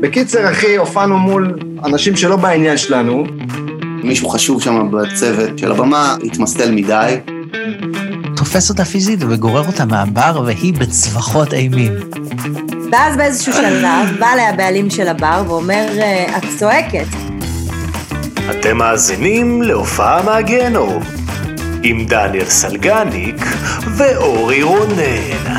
בקיצר, אחי, הופענו מול אנשים שלא בעניין שלנו. מישהו חשוב שם בצוות של הבמה, התמסטל מדי. תופס אותה פיזית וגורר אותה מהבר, והיא בצווחות אימים. ואז באיזשהו שלב, בא לה הבעלים של הבר ואומר, את צועקת. אתם מאזינים להופעה מהגיהנום, עם דניאל סלגניק ואורי רונן.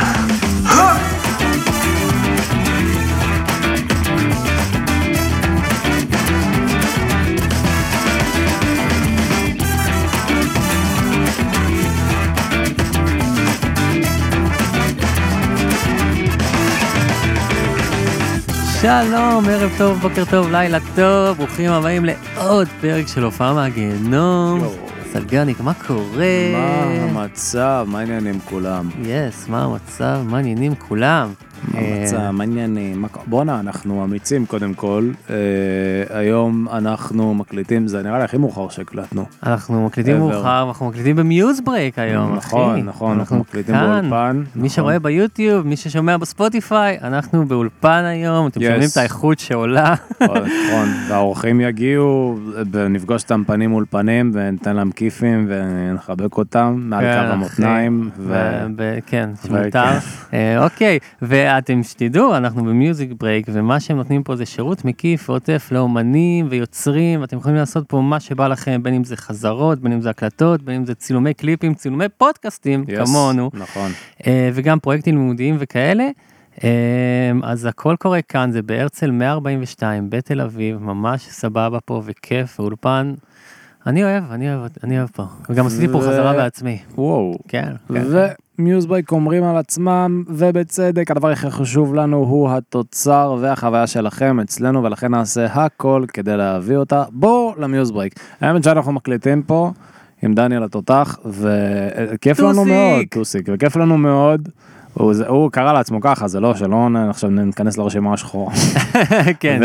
שלום, ערב טוב, בוקר טוב, לילה טוב, ברוכים הבאים לעוד פרק של הופעה מהגיהנום. סלגניק, מה קורה? מה המצב? מה העניינים כולם? מה המצב? מה העניינים כולם? מה המצב? מה העניינים? בוא'נה, אנחנו אמיצים קודם כל. היום אנחנו מקליטים, זה נראה לי הכי מאוחר שהקלטנו. אנחנו מקליטים מאוחר, אנחנו מקליטים במיוז ברייק היום, אחי. נכון, אנחנו מקליטים באולפן. מי שרואה ביוטיוב, מי ששומע בספוטיפיי, אנחנו באולפן היום, אתם שומעים את האיכות שעולה. נכון, והאורחים יגיעו, ונפגוש אותם פנים מול פנים, וניתן להם כיפים, ונחבק אותם מעל קו המותניים. כן, שמותר. אוקיי, ואתם שתדעו, אנחנו במיוזיק ברייק, ומה שהם נותנים פה זה שירות מקיף ועוטף לאומנים ויוצרים, אתם יכולים לעשות פה מה שבא לכם, בין אם זה חזרות, בין אם זה הקלטות, בין אם זה צילומי קליפים, צילומי פודקאסטים, כמונו. נכון. וגם פרויקטים לימודיים וכאלה. אז הכל קורה כאן, זה בהרצל 142, בתל אביב, ממש סבבה פה וכיף, ואולפן. אני אוהב פה. וגם עשיתי פה חזרה בעצמי. וואו. כן. ומיוזברייק אומרים על עצמם, ובצדק, הדבר הכי חשוב לנו הוא התוצר והחוויה שלכם אצלנו, ולכן נעשה הכל כדי להביא אותה. בואו למיוזברייק. האמת שאנחנו מקליטים פה עם דניאל התותח, וכיף לנו מאוד, טוסיק, וכיף לנו מאוד. הוא קרא לעצמו ככה, זה לא שלא עכשיו נכנס לרשימה השחורה. כן,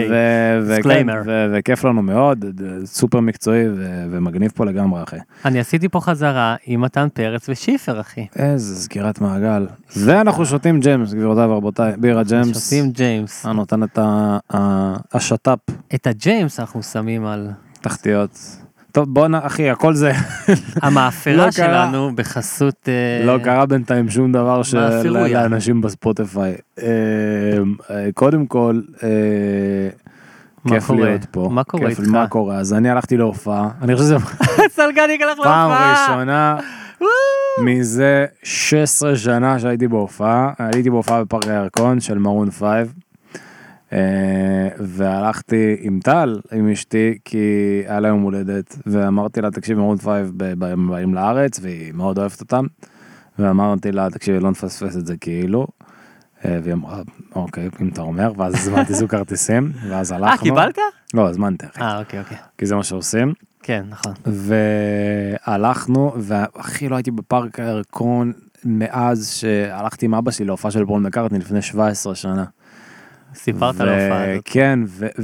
וכיף לנו מאוד, סופר מקצועי ומגניב פה לגמרי, אחי. אני עשיתי פה חזרה עם מתן פרץ ושיפר, אחי. איזה סגירת מעגל. ואנחנו שותים ג'יימס, גבירותיי ורבותיי, בירה ג'יימס. שותים ג'יימס. נותן את השטאפ. את הג'יימס אנחנו שמים על תחתיות. טוב, בוא אחי, הכל זה. המאפרה שלנו בחסות... לא קרה בינתיים שום דבר לאנשים בספוטיפיי. קודם כל, כיף להיות פה. מה קורה איתך? מה קורה? אז אני הלכתי להופעה. אני חושב שזה... סלגניק הלך להופעה. פעם ראשונה, מזה 16 שנה שהייתי בהופעה. הייתי בהופעה בפארק הירקון של מרון 5. והלכתי עם טל, עם אשתי, כי היה לה יום הולדת, ואמרתי לה, תקשיב, מרון 5 באים לארץ, והיא מאוד אוהבת אותם, ואמרתי לה, תקשיב, לא נפספס את זה כאילו, והיא אמרה, אוקיי, אם אתה אומר, ואז הזמנתי זוג כרטיסים, ואז הלכנו. קיבלת? לא, הזמנתי, אחי. אוקיי. כי זה מה שעושים. כן, נכון. והלכנו, והכי לא הייתי בפארק הירקון, מאז שהלכתי עם אבא שלי להופעה של פול מקרטני לפני 17 שנה. סיפרת על ההופעה הזאת. כן,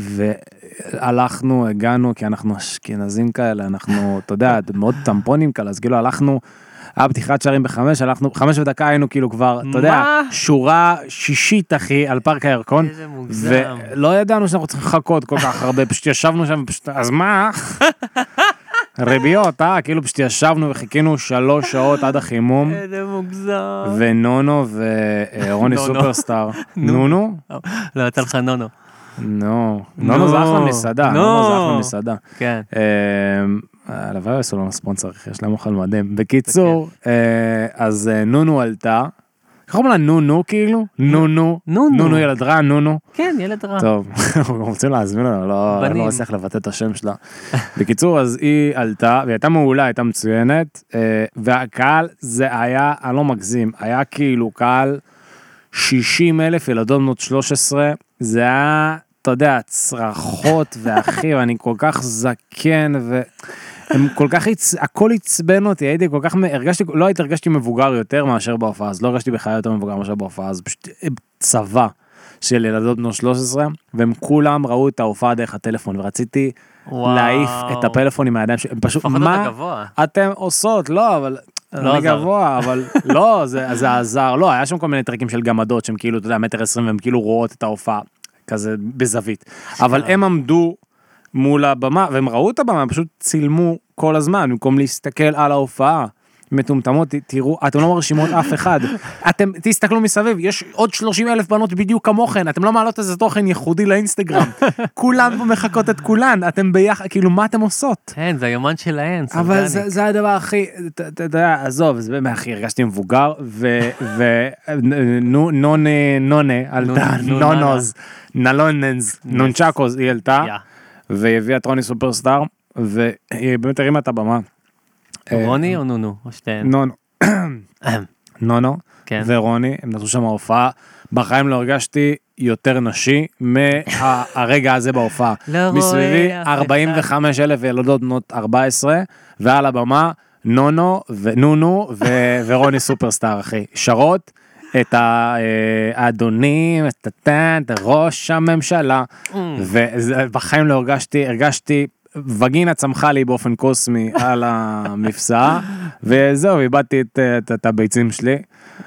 והלכנו, הגענו, כי אנחנו אשכנזים כאלה, אנחנו, אתה יודע, מאוד טמפונים כאלה, אז כאילו הלכנו, היה פתיחת שערים ב5, הלכנו, 5 ודקה היינו כאילו כבר, אתה יודע, שורה שישית, אחי, על פארק הירקון, איזה מוגזם. ולא ידענו שאנחנו צריכים לחכות כל כך הרבה, פשוט ישבנו שם, אז מה? רביות, כאילו פשוט ישבנו וחיכינו 3 שעות עד החימום. איזה מוגזם. ונונו ורוני סופרסטאר. נונו? לא, יצא לך נונו. נונו זה אחלה מסעדה. נונו זה אחלה מסעדה. כן. הלוואי עשו לנו ספונסר, יש להם אוכל מדהים. בקיצור, אז נונו עלתה. איך אומרים לה נונו כאילו? נונו ילד רע, נונו. כן, ילד רע. טוב, אנחנו רוצים להזמין לנו, לא מצליח לבטא את השם שלה. בקיצור, אז היא עלתה, והיא הייתה מעולה, הייתה מצוינת, והקהל זה היה, אני לא מגזים, היה כאילו קהל 60,000 ילדות בנות 13, זה היה, אתה יודע, צרחות ואחי, ואני כל כך זקן, הם כל כך, הכל הצבן אותי, הייתי כל כך, לא הרגשתי מבוגר יותר מאשר בהופעה, אז לא הרגשתי בחיי יותר מבוגר מאשר בהופעה, אז פשוט צבא של ילדות בנות 13, והם כולם ראו את ההופעה דרך הטלפון, ורציתי להעיף את הפלאפון עם הידיים, הם פשוט, מה אתם עושות? לא, אבל אני גבוה, אבל לא, זה עזר, לא, היה שם כל מיני טריקים של גמדות, שהם כאילו, אתה יודע, 1.20 מטר, והם כאילו רואות את ההופעה, כזה בזווית. אבל הם עמדו מול הבמה, והם ראו את הבמה, הם פשוט צילמו כל הזמן, במקום להסתכל על ההופעה. מטומטמות, תראו, אתם לא מרשימות אף אחד. אתם תסתכלו מסביב, יש עוד 30,000 בנות בדיוק כמוכן, אתם לא מעלות איזה תוכן ייחודי לאינסטגרם. כולן פה מחכות את כולן, אתם ביחד, כאילו, מה אתם עושות? כן, זה היומן שלהן, אבל זה הדבר הכי, אתה יודע, עזוב, זה באמת הכי, הרגשתי מבוגר, נונה עלתה, נונוז, נונצ'קוז, היא עלתה, והיא הביאה את רוני סופרסטאר, והיא באמת הרימה את הבמה. רוני או נונו? או שתיהן? נונו ורוני, הם נתנו שם ההופעה, בחיים לא הרגשתי יותר נשי מהרגע הזה בהופעה. מסביבי 45,000 ילדות בנות 14, ועל הבמה נונו ונונו ורוני סופרסטאר, אחי. שרות את האדונים, את ראש הממשלה, ובחיים לא הרגשתי וגינה צמחה לי באופן קוסמי על המפסעה, וזהו, איבדתי את הביצים שלי,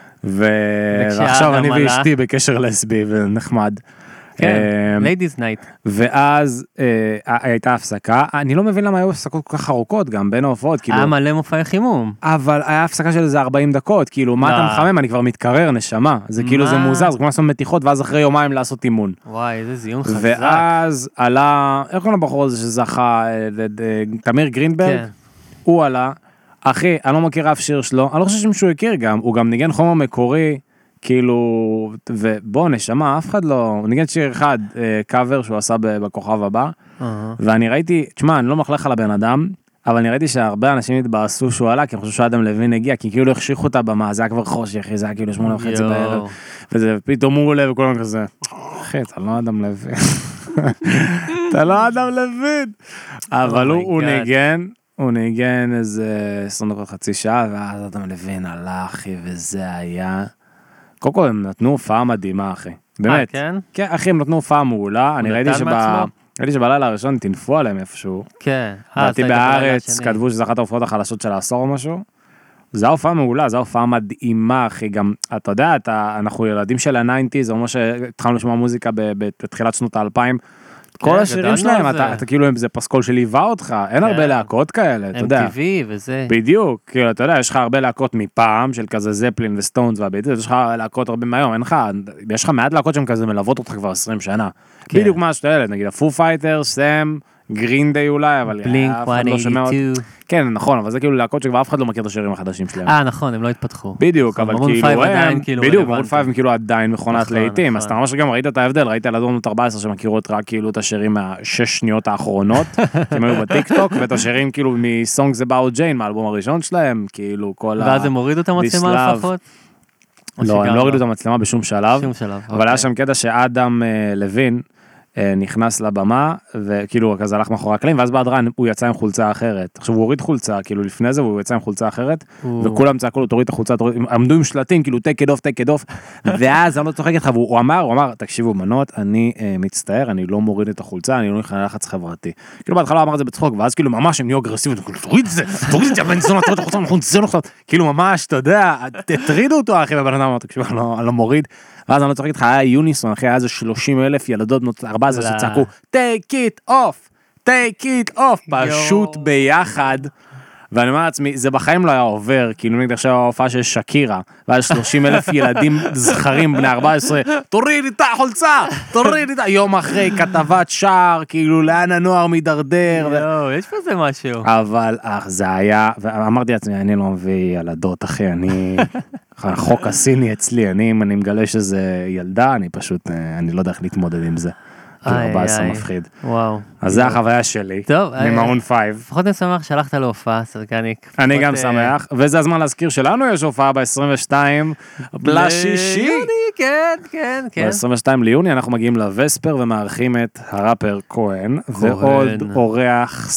ועכשיו אני ואשתי בקשר לסבי ונחמד. כן, ladies night. ואז הייתה הפסקה, אני לא מבין למה היו הפסקות כל כך ארוכות גם בין ההופעות, היה מלא מופעי חימום. אבל היה הפסקה של איזה 40 דקות, כאילו מה אתה מחמם, אני כבר מתקרר נשמה, זה כאילו זה מוזר, זה כמו לעשות מתיחות, ואז אחרי יומיים לעשות אימון. וואי, איזה זיון חזק. ואז עלה, איך קוראים לבחור הזה שזכה, תמיר גרינברג, הוא עלה, אחי, אני לא מכיר אף שיר שלו, אני לא חושב שמישהו הכיר גם, הוא גם ניגן חומר מקורי, כאילו, ובוא נשמה, אף אחד לא, הוא ניגן שיר אחד, קאבר שהוא עשה בכוכב הבא, ואני ראיתי, תשמע, אני לא מחלך על הבן אדם, אבל אני ראיתי שהרבה אנשים התבאסו שהוא עלה, כי אני חושב שאדם לוין הגיע, כי כאילו החשיכו אותה במה, זה היה כבר חושך, זה היה כאילו 8:30 בערב, וזה פתאום הוא עולה וכולם כזה, אחי, אתה לא אדם לוין, אתה לא אדם לוין, אבל הוא ניגן איזה 20 דקות חצי שעה, ואז אדם לוין עלה, אחי, וזה היה... קודם כל הם נתנו הופעה מדהימה, אחי. באמת. כן? כן, אחי, הם נתנו הופעה מעולה. אני ראיתי שבלילה הראשון תנפו עליהם איפשהו. כן. ראיתי בארץ, כתבו שזה אחת ההופעות החלשות של העשור או משהו. זו הופעה מעולה, זו הופעה מדהימה, אחי. גם, אתה יודע, אנחנו ילדים של ה-90, זה אומר שהתחלנו לשמוע מוזיקה בתחילת שנות ה-2000. כל השירים שלהם, אתה כאילו, זה פסקול שליווה אותך, אין הרבה להקות כאלה, אתה יודע. MTV וזה. בדיוק, כאילו, אתה יודע, יש לך הרבה להקות מפעם, של כזה זפלין וסטונס והביטלס, יש לך להקות הרבה מהיום, יש לך מעט להקות שהן כזה מלוות אותך כבר 20 שנה. בדיוק מה שאתה ילד, נגיד, הפו פייטר, סם, גרין דיי אולי, אבל בלינק 182. כן, נכון, אבל זה כאילו להקות שכבר אף אחד לא מכיר את השירים החדשים שלהם. נכון, הם לא התפתחו. בדיוק, אבל כאילו הם, בדיוק, מרון 5 הם כאילו עדיין מכונת לעיתים, אז אתה ממש גם ראית את ההבדל, ראית על אדונות 14 שמכירות רק כאילו את השירים מה-6 שניות האחרונות, הם היו בטיקטוק, ואת השירים כאילו מ-Songs About Jane, מהאלבום הראשון שלהם, כאילו כל ואז הם הורידו את המצלמה לפחות? לא, הם לא הורידו את המצלמה בשום שלב, אבל היה שם קטע שאדם לוין, נכנס לבמה, וכאילו כזה הלך מאחורי הקלעים, ואז בהדרן הוא יצא עם חולצה אחרת. עכשיו הוא הוריד חולצה, כאילו לפני זה, והוא יצא עם חולצה אחרת, וכולם צעקו לו, תוריד את החולצה, עמדו עם שלטים, כאילו, take it off, ואז אני לא צוחק איתך, והוא אמר, תקשיבו, מנות, אני מצטער, אני לא מוריד את החולצה, אני לא נכנס לחץ חברתי. כאילו בהתחלה אמר את זה בצחוק, ואז כאילו ממש הם נהיו אגרסיביים, תוריד את זה, בן זונה, תוריד את החולצה, אנחנו נצא לך, כאילו ממש, אתה יודע, תטרידו אותו, אחי, ובן אדם אמר, תקשיבו, אני לא מוריד. ואז אני לא צוחק איתך, היה יוניסון, אחי, היה איזה 30,000 ילדות בנות 14 שצעקו, take it off, פשוט ביחד. ואני אומר לעצמי, זה בחיים לא היה עובר, כאילו נגיד עכשיו ההופעה של שקירה, ואז 30,000 ילדים זכרים בני 14, תוריד את החולצה, יום אחרי כתבת שער, כאילו לאן הנוער מדרדר. יש פה זה משהו. אבל זה היה, ואמרתי לעצמי, אני לא מביא ילדות, אחי, החוק הסיני אצלי, אני מגלה שזה ילדה, אני פשוט, אני לא יודע איך להתמודד עם זה. 14 מפחיד. וואו. אז זה החוויה שלי. טוב. ממרון 5. לפחות אני שמח שהלכת להופעה, סלגניק. אני גם שמח, וזה הזמן להזכיר שלנו יש הופעה ב-22 לשישי. כן. ב-22 ליוני אנחנו מגיעים לווספר ומארחים את הראפר כהן, ועוד אורח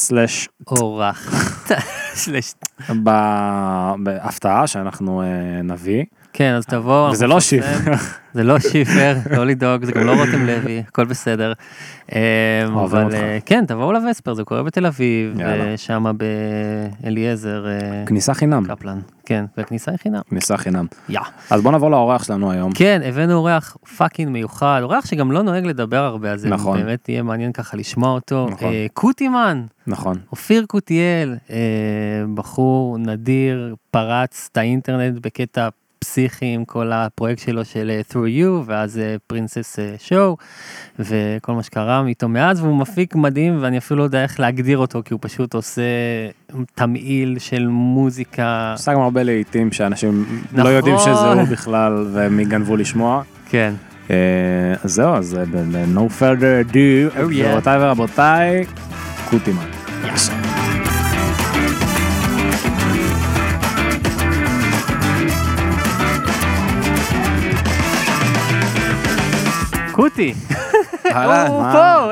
בהפתעה שאנחנו נביא. כן, אז תבואו. וזה לא שיפר. זה לא שיפר, לא לדאוג, זה גם לא רותם לוי, הכל בסדר. אבל כן, תבואו לווספר, זה קורה בתל אביב, ושמה באליעזר. כניסה חינם. קפלן, כן, והכניסה היא חינם. כניסה חינם. אז בוא נעבור לאורח שלנו היום. כן, הבאנו אורח פאקינג מיוחד, אורח שגם לא נוהג לדבר הרבה על זה, נכון. באמת יהיה מעניין ככה לשמוע אותו. קוטימן. נכון. אופיר קוטיאל, בחור נדיר, פרץ את האינטרנט בקטע פסיכי עם כל הפרויקט שלו של Through You, ואז פרינסס שואו, וכל מה שקרה איתו מאז, והוא מפיק מדהים, ואני אפילו לא יודע איך להגדיר אותו, כי הוא פשוט עושה תמעיל של מוזיקה. עושה גם הרבה לעיתים שאנשים לא יודעים שזה הוא בכלל, והם יגנבו לשמוע. כן. אז זהו, אז no further ado, גבירותיי ורבותיי, קוטימן. קוטי, הוא פה,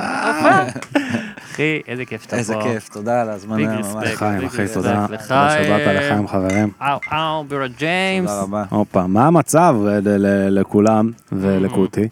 אחי, איזה כיף שאתה פה. איזה כיף, תודה על הזמן. לחיים, אחי, תודה שבאת לחיים, חברים. בירה ג'יימס. תודה רבה. אופה, מה המצב לכולם ולקוטי?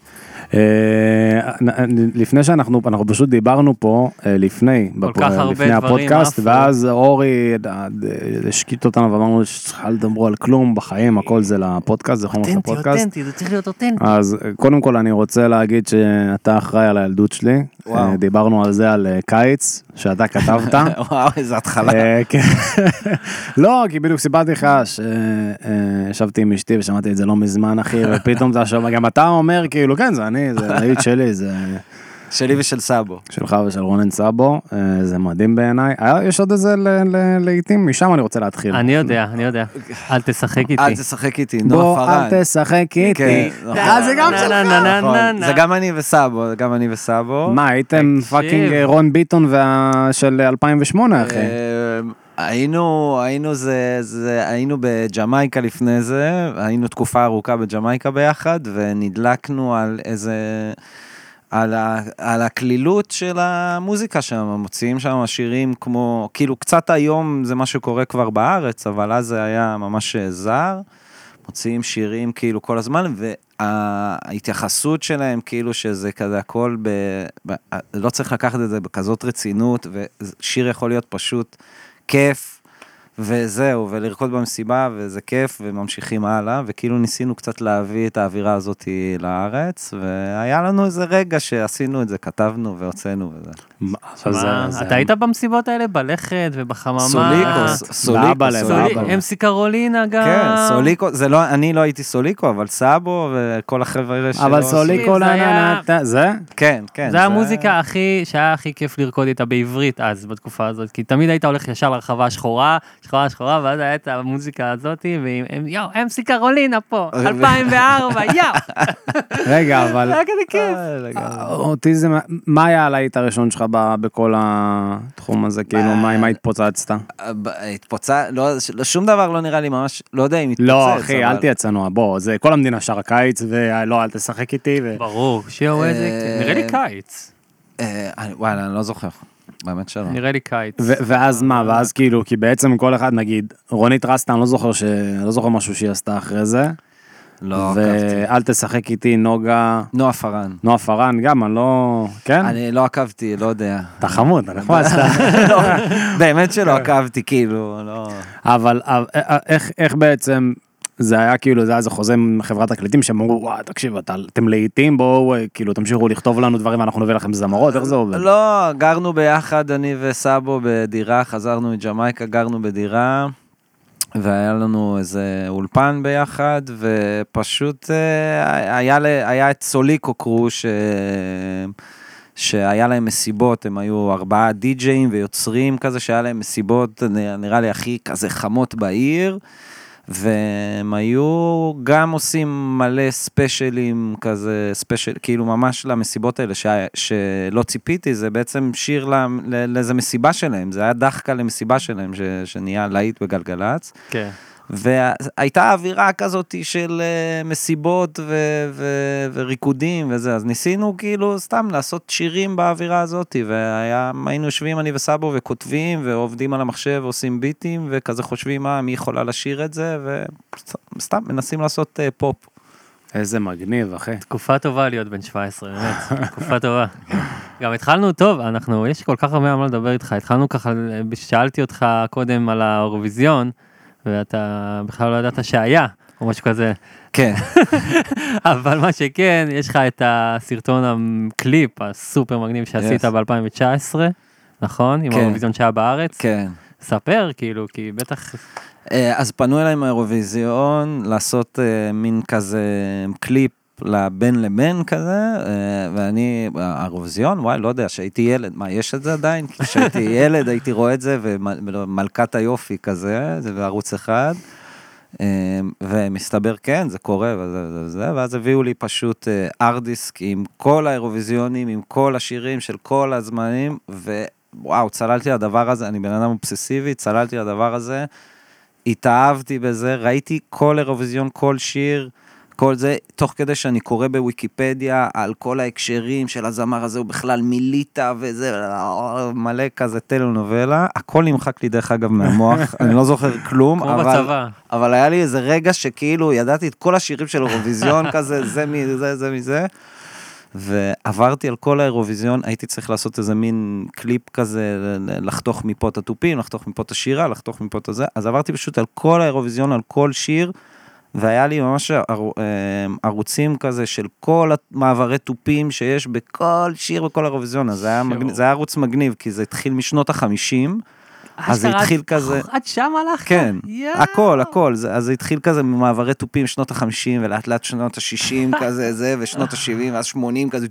לפני שאנחנו פשוט דיברנו פה לפני הפודקאסט, ואז אורי השקיט אותנו ואמרנו שצריכה לדברו על כלום בחיים, הכל זה לפודקאסט, זה חומר של הפודקאסט. אותנטי, זה צריך להיות אותנטי. אז קודם כל אני רוצה להגיד שאתה אחראי על הילדות שלי, דיברנו על זה על קיץ, שאתה כתבת. וואו, איזה התחלה. לא, כי בדיוק סיפרתי לך שישבתי עם אשתי ושמעתי את זה לא מזמן, אחי, ופתאום גם אתה אומר, כאילו, כן, זה אני, זה להיט שלי, זה... שלי ושל סאבו. שלך ושל רונן סאבו, זה מדהים בעיניי. יש עוד איזה לעיתים, משם אני רוצה להתחיל. אני יודע. אל תשחק איתי. אל תשחק איתי, נועה פרן. בוא, אל תשחק איתי. זה גם שלך. זה גם אני וסאבו, מה, הייתם פאקינג רון ביטון של 2008, אחי? היינו בג'מייקה לפני זה, היינו תקופה ארוכה בג'מייקה ביחד, ונדלקנו על איזה... על הכלילות של המוזיקה שם, מוציאים שם שירים כמו, כאילו קצת היום זה מה שקורה כבר בארץ, אבל אז זה היה ממש זר, מוציאים שירים כאילו כל הזמן, וההתייחסות שלהם כאילו שזה כזה הכל, לא צריך לקחת את זה בכזאת רצינות, ושיר יכול להיות פשוט כיף, וזהו, ולרקוד במסיבה, וזה כיף, וממשיכים הלאה, וכאילו ניסינו קצת להביא את האווירה הזאת לארץ, והיה לנו איזה רגע שעשינו את זה, כתבנו והוצאנו וזה. אתה היית במסיבות האלה, בלכת ובחממה? סוליקו. אמסי קרולינה גם. כן, סוליקו, אני לא הייתי סוליקו, אבל סאבו וכל החבר'ה שלו. אבל סוליקו, זה? כן. זה המוזיקה שהיה הכי כיף לרקוד איתה בעברית אז, בתקופה הזאת, כי תמיד היית הולך ישר לרחבה שחורה, ואז היה את המוזיקה הזאת, יאו, אמסי קרולינה פה, 2004, יאו. רגע, אבל... היה כזה כיף. אוטיזם, מה היה הלהיט הראשון שלך בכל התחום הזה, כאילו, מה התפוצצת? שום דבר לא נראה לי ממש, לא יודע אם התפוצץ. לא, אחי, אל תהיה צנוע, בוא, כל המדינה שר הקיץ, ולא, אל תשחק איתי. ברור, שיעור איזה, נראה לי קיץ. וואלה, אני לא זוכר. באמת שלא. נראה לי קיץ. ואז מה, ואז כאילו, כי בעצם כל אחד, נגיד, רונית רסטה, אני לא זוכר משהו שהיא עשתה אחרי זה. לא, עקבתי. ואל תשחק איתי, נועה פרן, גם, אני לא... כן? אני לא עקבתי, לא יודע. אתה חמוד, אתה נחמד. באמת שלא עקבתי, כאילו, לא... אבל איך בעצם... זה היה כאילו, זה היה איזה חוזה עם חברת הקליטים, שהם אמרו, וואי, תקשיב, אתם לעיתים, בואו, כאילו, תמשיכו לכתוב לנו דברים, ואנחנו נביא לכם זמרות, איך זה עובד? לא, גרנו ביחד, אני וסאבו בדירה, חזרנו מג'מייקה, גרנו בדירה, והיה לנו איזה אולפן ביחד, ופשוט היה את סוליקו קרו, שהיה להם מסיבות, הם היו 4 די-ג'יים ויוצרים כזה, שהיה להם מסיבות, נראה לי הכי כזה חמות בעיר, והם היו גם עושים מלא ספיישלים כזה, כאילו ממש למסיבות האלה שלא ציפיתי, זה בעצם שיר לאיזה מסיבה שלהם, זה היה דחקה למסיבה שלהם שנהיה להיט בגלגלץ. כן. והייתה אווירה כזאת של מסיבות וריקודים וזה, אז ניסינו כאילו סתם לעשות שירים באווירה הזאת, והיינו יושבים אני וסבו וכותבים, ועובדים על המחשב ועושים ביטים, וכזה חושבים מי יכולה לשיר את זה, וסתם מנסים לעשות פופ. איזה מגניב, אחי. תקופה טובה להיות בן 17, באמת, תקופה טובה. גם התחלנו טוב, יש כל כך הרבה מה לדבר איתך, התחלנו ככה, שאלתי אותך קודם על האירוויזיון, ואתה בכלל לא ידעת שהיה, או משהו כזה. כן. אבל מה שכן, יש לך את הסרטון הקליפ הסופר מגניב שעשית ב-2019, נכון? עם האירוויזיון שהיה בארץ. כן. ספר, כאילו, כי בטח... אז פנו אליי מהאירוויזיון לעשות מין כזה קליפ לבין לבין כזה, ואני, האירוויזיון, וואי, לא יודע, שהייתי ילד, מה, יש את זה עדיין? כשהייתי ילד הייתי רואה את זה, ומלכת היופי כזה, זה בערוץ אחד, ומסתבר כן, זה קורה, ואז הביאו לי פשוט ארדיסק עם כל האירוויזיונים, עם כל השירים של כל הזמנים, ווואו, צללתי לדבר הזה, אני בן אדם אובססיבי, צללתי לדבר הזה, התאהבתי בזה, ראיתי כל אירוויזיון, כל שיר, כל זה, תוך כדי שאני קורא בוויקיפדיה על כל ההקשרים של הזמר הזה, הוא בכלל מיליטה וזה, מלא כזה טלנובלה, הכל נמחק לי דרך אגב מהמוח, אני לא זוכר כלום, אבל היה לי איזה רגע שכאילו ידעתי את כל השירים של אירוויזיון כזה, זה מזה, ועברתי על כל האירוויזיון, הייתי צריך לעשות איזה מין קליפ כזה, לחתוך מפה את הטופים, לחתוך מפה את השירה, לחתוך מפה את זה, אז עברתי פשוט על כל האירוויזיון, על כל שיר, והיה לי ממש ערוצים כזה של כל המעברי טופים שיש בכל שיר בכל האירוויזיון, אז זה היה ערוץ מגניב, כי זה התחיל משנות ה-50, אז זה התחיל כזה... עד שם הלכת? כן, הכל, אז זה התחיל כזה ממעברי טופים שנות ה-50, ולאט לאט שנות ה-60 כזה, זה, ושנות ה-70, ואז 80 כזה,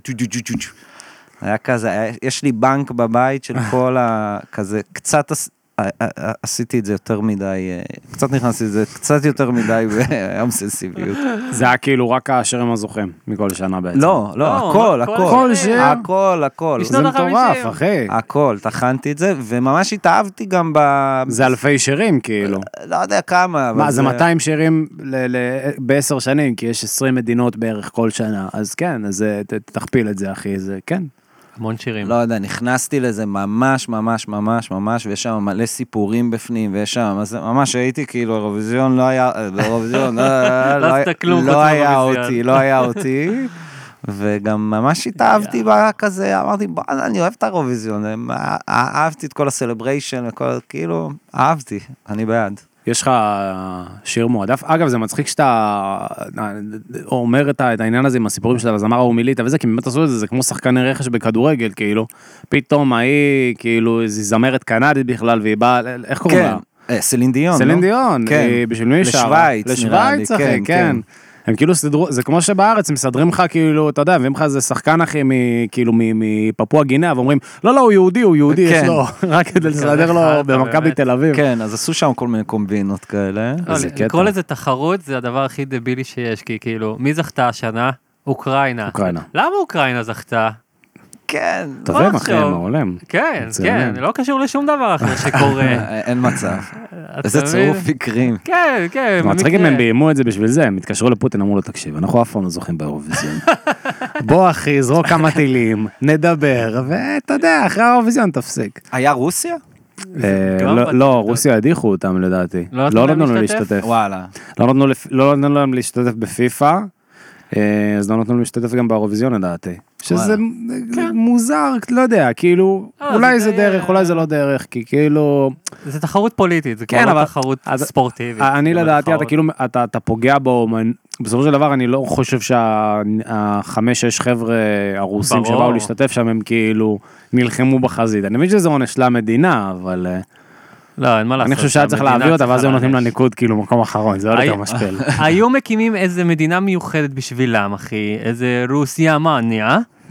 היה כזה, יש לי בנק בבית של כל כזה, קצת עשיתי את זה יותר מדי, קצת נכנסתי את זה, קצת יותר מדי באובססיביות. זה היה כאילו רק השירים הזוכים מכל שנה בעצם. לא, הכל. כל שיר? הכל. זה מטורף, אחי. הכל, תכנתי את זה, וממש התאהבתי גם זה אלפי שירים, כאילו. לא יודע כמה. מה, זה 200 שירים ב10 שנים, כי יש 20 מדינות בערך כל שנה, אז כן, אז תכפיל את זה, אחי, זה כן. המון שירים. לא יודע, נכנסתי לזה ממש, ויש שם מלא סיפורים בפנים, ויש שם, ממש הייתי כאילו, אירוויזיון לא היה, לא היה אותי, וגם ממש התאהבתי בה כזה, אמרתי, אני אוהב את האירוויזיון, אהבתי את כל הסלבריישן, כאילו, אהבתי, אני בעד. יש לך שיר מועדף? אגב, זה מצחיק שאתה אומר את העניין הזה עם הסיפורים של הזמר ההומיליטה וזה, כי באמת עשו את זה, זה כמו שחקני רכש בכדורגל, כאילו, פתאום ההיא, כאילו, איזו זמרת קנדית בכלל, והיא באה, איך קוראים לה? סלין דיון. סלין דיון, בשביל מי שרה? לשוויץ, אחי, כן. הם כאילו סדרו, זה כמו שבארץ, הם מסדרים לך כאילו, אתה יודע, ואם לך זה שחקן אחי, כאילו מפפוע גינאה, ואומרים, לא, הוא יהודי, יש לו, רק כדי לסדר לו במכבי תל אביב. כן, אז עשו שם כל מיני קומבינות כאלה. לקרוא לזה תחרות, זה הדבר הכי דבילי שיש, כי כאילו, מי זכתה השנה? אוקראינה. למה אוקראינה זכתה? כן. טובים אחי, מעולם. כן, לא קשור לשום דבר אחר שקורה. אין מצב. איזה צירוף פיקרים. כן. מצחיק אם הם ביימו את זה בשביל זה, הם התקשרו לפוטין, אמרו לו, תקשיב, אנחנו אף פעם לא זוכים באירוויזיון. בוא אחי, זרוק כמה טילים, נדבר, ואתה יודע, אחרי האירוויזיון תפסיק. היה רוסיה? לא, רוסיה הדיחו אותם לדעתי. לא נתנו לנו להשתתף. וואלה. לא נתנו להם להשתתף בפיפא, אז לא נתנו להשתתף גם באירוויזיון לדעתי. שזה מוזר, לא יודע, כאילו, אולי זה דרך, אולי זה לא דרך, כי כאילו... זה תחרות פוליטית, זה כבר תחרות ספורטיבית. אני לדעתי, אתה כאילו, אתה פוגע באומן, בסופו של דבר אני לא חושב שה5-6 חבר'ה הרוסים שבאו להשתתף שם, הם כאילו נלחמו בחזית. אני מבין שזה עונש למדינה, אבל... לא, אין מה לעשות. אני חושב שהיה צריך להביא אותה, ואז הם נותנים לניקוד כאילו מקום אחרון, זה עוד יותר משפיל. היו מקימים איזה מדינה מיוחדת בשבילם, אחי, איזה רוסיה מניה,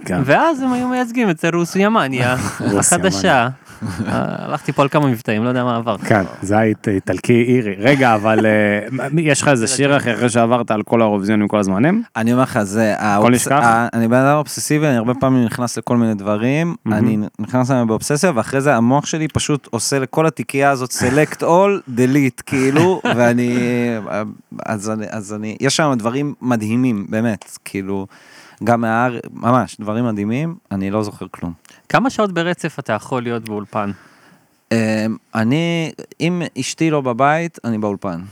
ואז הם היו מייצגים אצל רוסיה מניה, החדשה. הלכתי פה על כמה מבטאים, לא יודע מה עבר. כן, זה היה איטלקי אירי. רגע, אבל יש לך איזה שיר אחרי שעברת על כל האירוויזיונים כל הזמנים? אני אומר לך, אני בן אדם אובססיבי, אני הרבה פעמים נכנס לכל מיני דברים, אני נכנס להם באובססיה, ואחרי זה המוח שלי פשוט עושה לכל התיקייה הזאת select all, delete, כאילו, ואני, אז אני, יש שם דברים מדהימים, באמת, כאילו, גם ממש, דברים מדהימים, אני לא זוכר כלום. כמה שעות ברצף אתה יכול להיות באולפן? אם אשתי לא בבית, אני באולפן.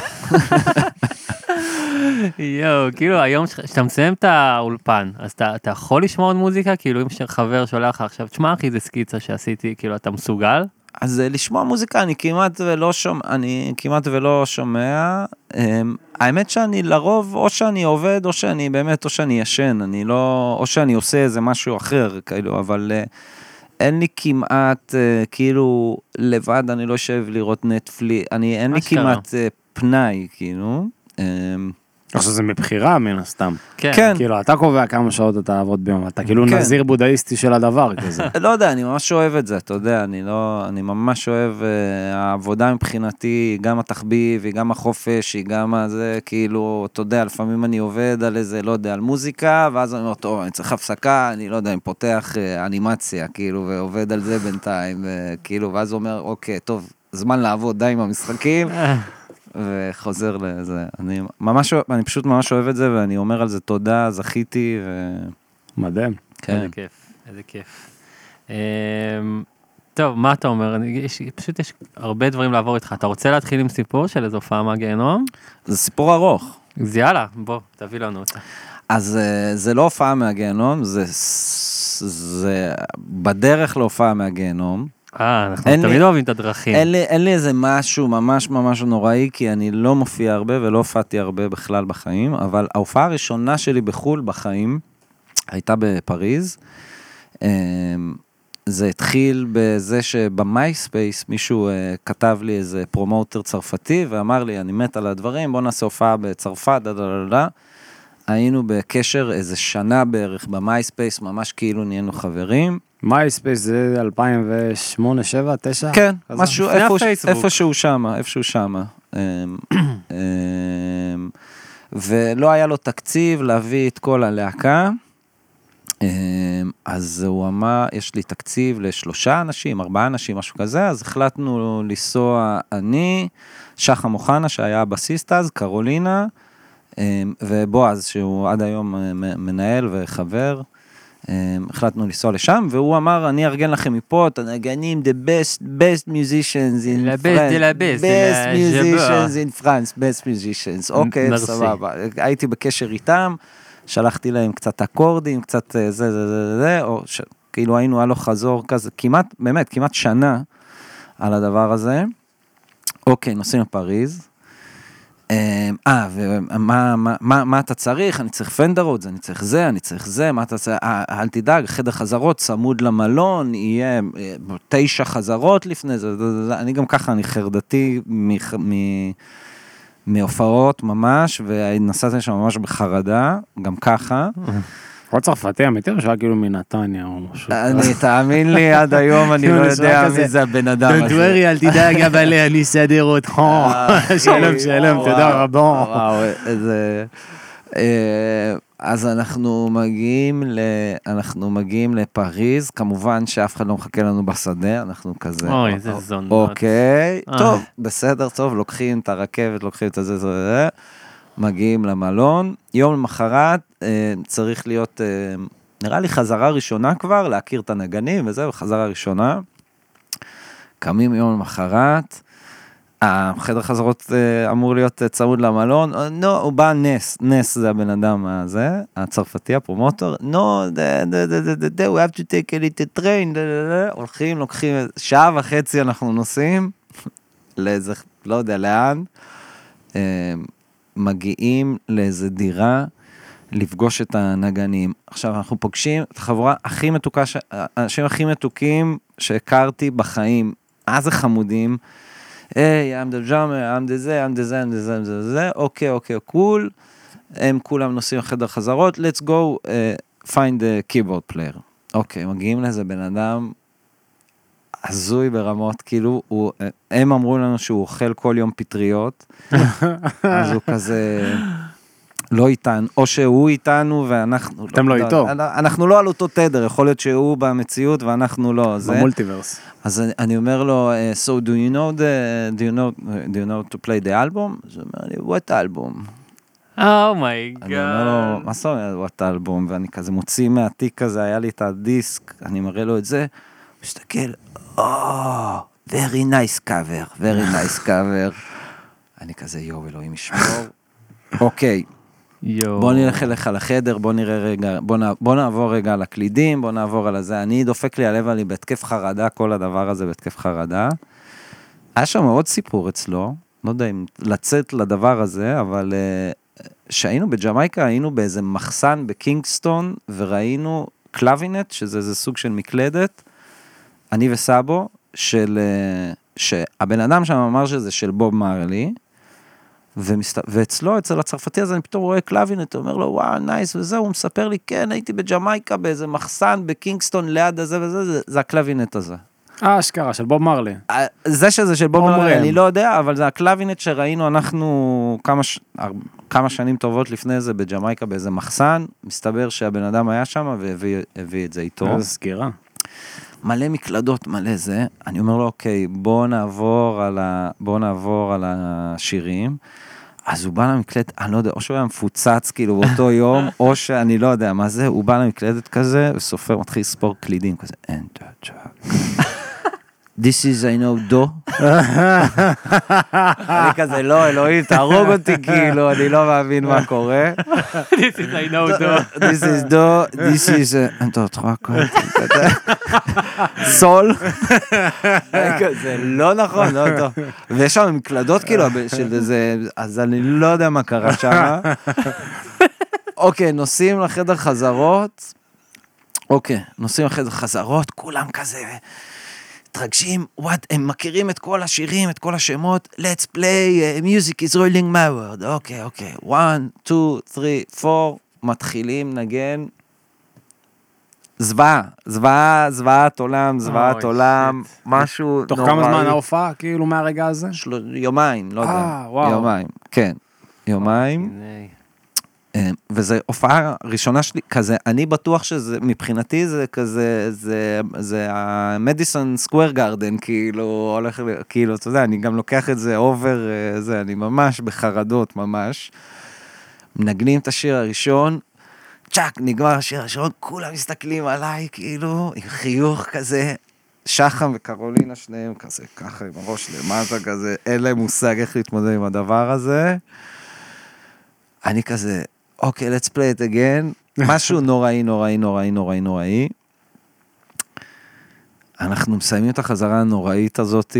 יואו, כאילו היום שאתה מסיים את האולפן, אז אתה יכול לשמוע עוד מוזיקה? כאילו אם חבר שולח לך עכשיו, תשמע אחי, זה סקיצה שעשיתי, כאילו אתה מסוגל? אז לשמוע מוזיקה אני כמעט ולא שומע, האמת שאני לרוב, או שאני עובד, או שאני באמת, או שאני ישן, אני לא, או שאני עושה איזה משהו אחר, כאילו, אבל אין לי כמעט, כאילו, לבד אני לא יושב לראות נטפליקס, אין לי כמעט פנאי, כאילו. עכשיו זה מבחירה מן הסתם. כן. כאילו, אתה קובע כמה שעות אתה עבוד ביום, אתה כאילו נזיר בודהיסטי של הדבר כזה. לא יודע, אני ממש אוהב את זה, אתה יודע, אני ממש אוהב, העבודה מבחינתי, גם התחביב, היא גם החופש, היא גם הזה, כאילו, אתה יודע, לפעמים אני עובד על איזה, לא יודע, על מוזיקה, ואז אני אומר, טוב, אני צריך הפסקה, אני לא יודע, אני פותח אנימציה, כאילו, ועובד על זה בינתיים, כאילו, ואז הוא אומר, אוקיי, טוב, זמן לעבוד די עם המשחקים, וחוזר לזה. אני פשוט ממש אוהב את זה, ואני אומר על זה תודה, זכיתי, מדהים. איזה כיף, איזה כיף. טוב, מה אתה אומר? פשוט יש הרבה דברים לעבור איתך. אתה רוצה להתחיל עם סיפור של איזו הופעה מהגיהנום? זה סיפור ארוך. אז יאללה, בוא, תביא לנו אותה. אז זה לא הופעה מהגיהנום, זה בדרך להופעה מהגיהנום. אנחנו תמיד אוהבים את הדרכים. אין לי איזה משהו ממש ממש נוראי, כי אני לא מופיע הרבה ולא הופעתי הרבה בכלל בחיים, אבל ההופעה הראשונה שלי בחול בחיים הייתה בפריז. זה התחיל בזה שבמייספייס מישהו כתב לי איזה פרומוטר צרפתי, ואמר לי, אני מת על הדברים, בוא נעשה הופעה בצרפת, היינו בקשר איזה שנה בערך במייספייס, ממש כאילו נהיינו חברים. מייספייס זה 2008, 7, 9? כן, משהו, איפשהו שמה. ולא היה לו תקציב להביא את כל הלהקה, אז הוא אמר, יש לי תקציב ל3 אנשים, 4 אנשים, משהו כזה, אז החלטנו לנסוע אני, שחה מוחנה שהיה הבסיסט אז, קרולינה, ובועז שהוא עד היום מנהל וחבר, החלטנו לנסוע לשם, והוא אמר, אני ארגן לכם מפה, את הנגנים, the best musicians in France, best musicians in France, best musicians, אוקיי, סבבה, הייתי בקשר איתם, שלחתי להם קצת אקורדים, קצת זה, או כאילו היינו הלוך חזור כזה, כמעט שנה על הדבר הזה, אוקיי, נוסעים לפריז, ומה אתה צריך? אני צריך פנדרות, אני צריך זה, מה אתה צריך? אל תדאג, חדר חזרות צמוד למלון, יהיה 9 חזרות לפני זה, אני גם ככה, אני חרדתי מהופעות ממש, ונסעתי שם ממש בחרדה, גם ככה. עוד צרפתי אמיתי, או שהיה כאילו מנתניה או משהו? תאמין לי, עד היום אני לא יודע מי זה הבן אדם הזה. דוורי, אל תדאג, אבל אני אסדר אותך. שלום, תודה רבה. אז אנחנו מגיעים לפריז, כמובן שאף אחד לא מחכה לנו בשדה, אנחנו כזה. אוי, איזה זונות. אוקיי, טוב, בסדר, טוב, לוקחים את הרכבת, לוקחים את זה, מגיעים למלון, יום למחרת צריך להיות, נראה לי חזרה ראשונה כבר, להכיר את הנגנים וזה, חזרה ראשונה, קמים יום למחרת, החדר חזרות אמור להיות צמוד למלון, הוא בא נס זה הבן אדם הזה, הצרפתי, הפרומוטור, we have to take a little train, הולכים, לוקחים, 1.5 שעה אנחנו נוסעים, לאיזה, לא יודע לאן, מגיעים לאיזה דירה, לפגוש את הנגנים. עכשיו אנחנו פוגשים את החבורה הכי מתוקה, האנשים הכי מתוקים שהכרתי בחיים, אז זה חמודים, I'm the drummer, I'm the זה, אוקיי, קול, הם כולם נוסעים חדר חזרות, let's go find a keyboard player. אוקיי, מגיעים לזה בן אדם הזוי ברמות, כאילו, הם אמרו לנו שהוא אוכל כל יום פטריות, אז הוא כזה לא איתנו, או שהוא איתנו ואנחנו לא. אתם לא איתו. אנחנו לא על אותו תדר, יכול להיות שהוא במציאות ואנחנו לא. במולטיברס. אז אני אומר לו, so do you know to play the album? אז הוא אומר לי, what album? אומייגאד. אני אומר לו, מה זאת אומרת, what album? ואני כזה מוציא מהתיק הזה, היה לי את הדיסק, אני מראה לו את זה, מסתכל, very nice cover. אני כזה, אלוהים ישמור. אוקיי, בוא נלך אליך לחדר, בוא נראה רגע, בוא נעבור רגע על הקלידים, בוא נעבור על הזה, אני דופק לי הלב עלי בהתקף חרדה, כל הדבר הזה בהתקף חרדה. היה שם עוד סיפור אצלו, לא יודע אם לצאת לדבר הזה, אבל שהיינו בג'מייקה, היינו באיזה מחסן בקינגסטון, וראינו קלווינט, שזה איזה סוג של מקלדת, אני וסבו, שהבן אדם שם אמר שזה של בוב מרלי, ואצלו, אצל הצרפתי הזה, אני פתאום רואה קלווינט, הוא אומר לו, וואו, נייס, וזהו, הוא מספר לי, כן, הייתי בג'מייקה, באיזה מחסן, בקינגסטון, ליד הזה וזה, זה הקלווינט הזה. אשכרה, של בוב מרלי. זה שזה של בוב מרלי, אני לא יודע, אבל זה הקלווינט שראינו, אנחנו כמה שנים טובות לפני זה, בג'מייקה, באיזה מחסן, מסתבר שהבן אדם היה שם, והביא את זה איתו. איזה סגירה. מלא מקלדות, מלא זה, אני אומר לו, אוקיי, בוא נעבור על השירים, אז הוא בא למקלדת, אני לא יודע, או שהוא היה מפוצץ כאילו באותו יום, או שאני לא יודע מה זה, הוא בא למקלדת כזה, וסופר, מתחיל לספור קלידים, כזה, enter track. This is I know do. אני כזה, לא, אלוהים, תהרוג אותי כאילו, אני לא מאמין מה קורה. This is I know do. This is do, this is, enter track. סול. זה לא נכון, לא טוב. ויש שם מקלדות כאילו, אז אני לא יודע מה קרה שם. אוקיי, נוסעים לחדר חזרות, כולם כזה מתרגשים, הם מכירים את כל השירים, את כל השמות, let's play, music is rolling my world, אוקיי, 1, 2, 3, 4, מתחילים נגן, זוועת עולם, משהו נוראי. תוך כמה זמן ההופעה, כאילו מהרגע הזה? יומיים, לא יודע. יומיים, כן. יומיים. וזו הופעה ראשונה שלי, כזה, אני בטוח שזה, מבחינתי זה כזה, זה המדיסון סקוואר גארדן, כאילו, הולך, כאילו, אתה יודע, אני גם לוקח את זה אובר, זה, אני ממש בחרדות, ממש. מנגנים את השיר הראשון, צ'ק, נגמר השיר הראשון, כולם מסתכלים עליי, כאילו, עם חיוך כזה, שחם וקרולינה שניהם כזה, ככה עם הראש למטה כזה, אין להם מושג איך להתמודד עם הדבר הזה. אני כזה, אוקיי, let's play it again, משהו נוראי. אנחנו מסיימים את החזרה הנוראית הזאת,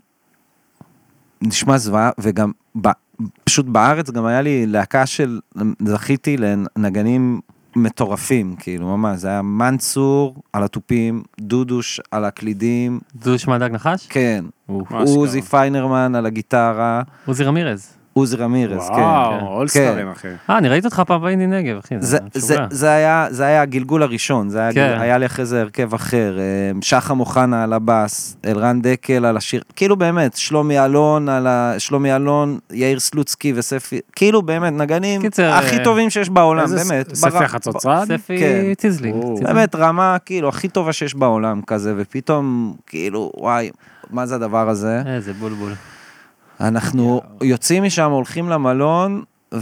נשמע זוועה, וגם פשוט בארץ גם היה לי להקה זכיתי לנגנים מטורפים, כאילו ממש, זה היה מנצור על הטופים, דודוש על הקלידים. דודוש מהדג נחש? כן. עוזי פיינרמן על הגיטרה. עוזי רמירז. עוזי רמירז, כן. וואו, אולסטרים, אחי. אני ראיתי אותך פעם באינדי נגב, אחי. זה היה הגלגול הראשון, היה לי אחרי זה הרכב אחר, שחם אוחנה על הבאס, אלרן דקל על השיר, כאילו באמת, שלומי אלון, יאיר סלוצקי וספי, כאילו באמת, נגנים הכי טובים שיש בעולם, באמת. ספי חצוצרד? ספי ציזלי. באמת, רמה, כאילו, הכי טובה שיש בעולם כזה, ופתאום, כאילו, וואי, מה זה הדבר הזה? איזה בולבול. אנחנו יוצאים משם, הולכים למלון,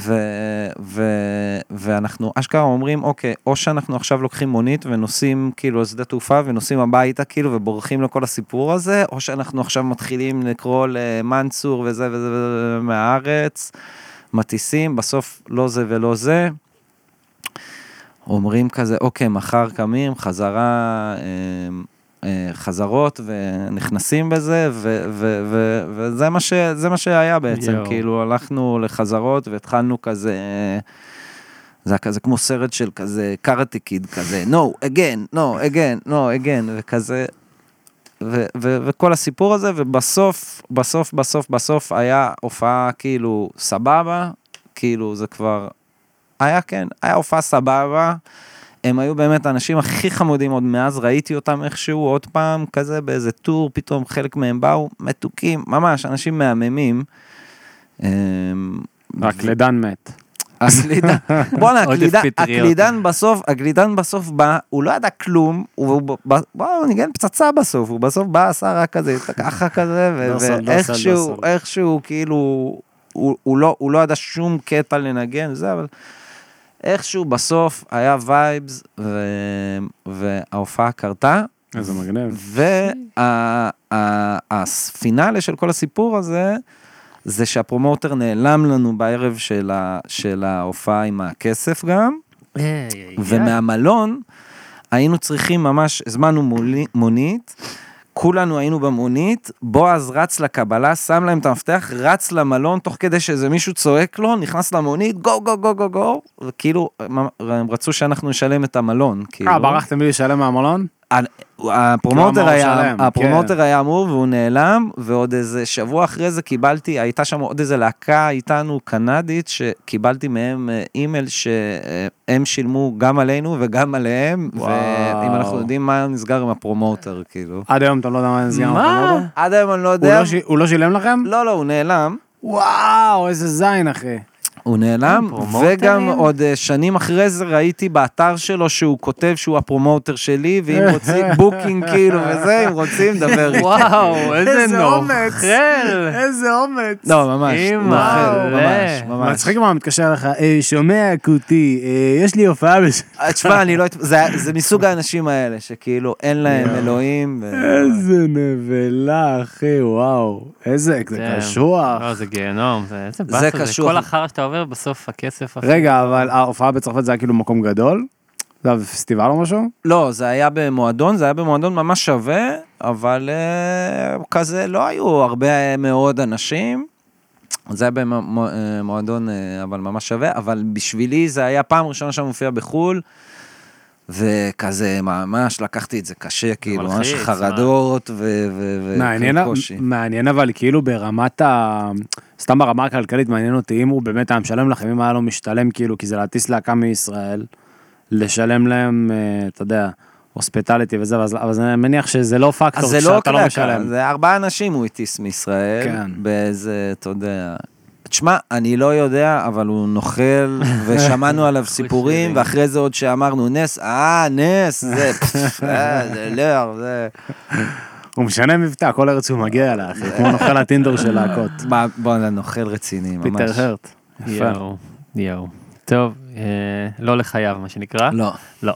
ואנחנו אשכרה אומרים, אוקיי, או שאנחנו עכשיו לוקחים מונית ונוסעים כאילו שדה תעופה, ונוסעים הביתה כאילו, ובורחים לכל הסיפור הזה, או שאנחנו עכשיו מתחילים לקרוא למנצור וזה וזה מהארץ, מטיסים, בסוף לא זה ולא זה, אומרים כזה, אוקיי, מחר קמים, חזרות ונכנסים בזה, וזה מה שהיה בעצם, כאילו הלכנו לחזרות והתחלנו כזה, זה היה כזה כמו סרט של כזה קראטה קיד כזה, no again, וכזה, וכל הסיפור הזה, ובסוף היה הופעה כאילו סבבה, כאילו זה כבר, היה הופעה סבבה, הם היו באמת האנשים הכי חמודים, עוד מאז ראיתי אותם איכשהו, עוד פעם כזה באיזה טור, פתאום חלק מהם באו, מתוקים, ממש, אנשים מהממים. הקלידן מת. בוא'נה, הקלידן בסוף בא, הוא לא ידע כלום, הוא ניגן פצצה בסוף, הוא בסוף בא, עשה רק כזה, ככה כזה, ואיכשהו כאילו, הוא לא ידע שום קטע לנגן, וזה, אבל איכשהו בסוף היה וייבס, וההופעה קרתה. איזה מגניב. והפינאלה של כל הסיפור הזה, זה שהפרומוטר נעלם לנו בערב של ההופעה עם הכסף גם, ומהמלון היינו צריכים ממש, הזמנו מונית, כולנו היינו במונית, בועז רץ לקבלה, שם להם את המפתח, רץ למלון, תוך כדי שאיזה מישהו צועק לו, נכנס למונית, גו, גו, גו, גו, גו, וכאילו, הם רצו שאנחנו נשלם את המלון. ברחתם לי לשלם מהמלון? הפרומוטר היה אמור והוא נעלם, ועוד איזה שבוע אחרי זה קיבלתי, הייתה שם עוד איזה להקה איתנו קנדית, שקיבלתי מהם אימייל שהם שילמו גם עלינו וגם עליהם, ואם אנחנו יודעים מה נסגר עם הפרומוטר, כאילו. עד היום אתה לא יודע מה נסגר עם הפרומוטר? עד היום אני לא יודע. הוא לא שילם לכם? לא, הוא נעלם. וואו, איזה זין, אחי. הוא נעלם, וגם עוד שנים אחרי זה ראיתי באתר שלו שהוא כותב שהוא הפרומוטר שלי, ואם רוצים בוקינג כאילו וזה, אם רוצים דבר איתי. וואו, איזה נוכל. איזה אומץ. לא, ממש, נוכל, ממש. מצחיק מה מתקשר לך, שומע קוטי, יש לי הופעה תשמע, זה מסוג האנשים האלה, שכאילו אין להם אלוהים. איזה נבלה, אחי, וואו. איזה, זה קשוח. זה גיהנום, זה קשוח. כל אחר שאתה עובר בסוף הכסף. רגע, אבל ההופעה בצרפת זה היה כאילו מקום גדול? זה היה בפסטיבל או משהו? לא, זה היה במועדון, ממש שווה, אבל כזה לא היו הרבה מאוד אנשים, זה היה במועדון אבל ממש שווה, אבל בשבילי זה היה פעם ראשונה שאני מופיע בחול, וכזה ממש לקחתי את זה קשה, כאילו ממש חרדות וקושי. מעניין אבל כאילו ברמת סתם ברמה הכלכלית מעניין אותי אם הוא באמת היה משלם לכם, אם היה לו משתלם כאילו, כי זה להטיס להקה מישראל, לשלם להם, אתה יודע, הוספיטליטי וזה, אבל אני מניח שזה לא פקטור שאתה לא משלם. זה 4 אנשים הוא הטיס מישראל, באיזה, אתה יודע, תשמע, אני לא יודע, אבל הוא נוכל, ושמענו עליו סיפורים, ואחרי זה עוד שאמרנו נס, נס, זה לא, זה... הוא משנה מבטא, כל ארץ הוא מגיע אליה, אחי, כמו נוכל הטינדר של להקות. בוא, נוכל רציני, ממש. פיטר הרט. יאו. טוב, לא לחייב, מה שנקרא. לא.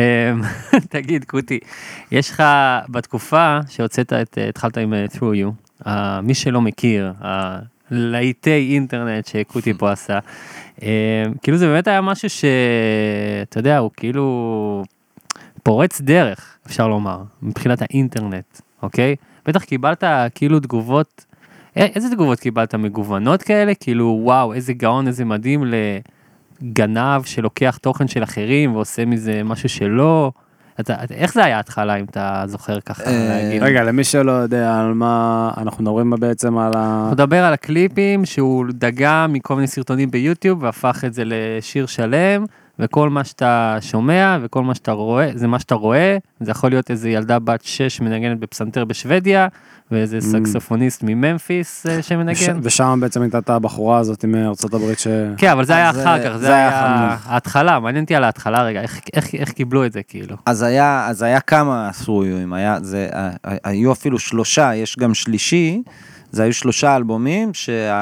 תגיד, קוטי, יש לך בתקופה שהוצאת התחלת עם Through You, מי שלא מכיר, להיטי אינטרנט שקוטי פה עשה, כאילו זה באמת היה משהו שאתה יודע, הוא כאילו פורץ דרך, אפשר לומר, מבחינת האינטרנט, אוקיי? בטח קיבלת כאילו תגובות, איזה תגובות קיבלת מגוונות כאלה? כאילו וואו, איזה גאון, איזה מדהים לגנב שלוקח תוכן של אחרים ועושה מזה משהו שלא, איך זה היה התחלה, אם אתה זוכר ככה להגיד? רגע, למי שלא יודע על מה, אנחנו מדברים בעצם על אנחנו נדבר על הקליפים, שהוא דגם מכל מיני סרטונים ביוטיוב, והפך את זה לשיר שלם, וכל מה שאתה שומע, וכל מה שאתה רואה, זה מה שאתה רואה, זה יכול להיות איזו ילדה בת 6 מנגנת בפסנתר בשוודיה, ואיזה סקסופוניסט מממפיס שמנגן. ושם בעצם הייתה את הבחורה הזאת עם ארצות הברית כן, אבל זה היה אחר כך, זה היה ההתחלה, מעניין אותי על ההתחלה רגע, איך קיבלו את זה כאילו? אז היה כמה סרויים, היו אפילו 3, יש גם שלישי, זה היו 3 אלבומים,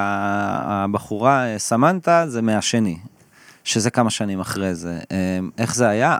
שהבחורה סמנטה זה מהשני, שזה כמה שנים אחרי זה. איך זה היה?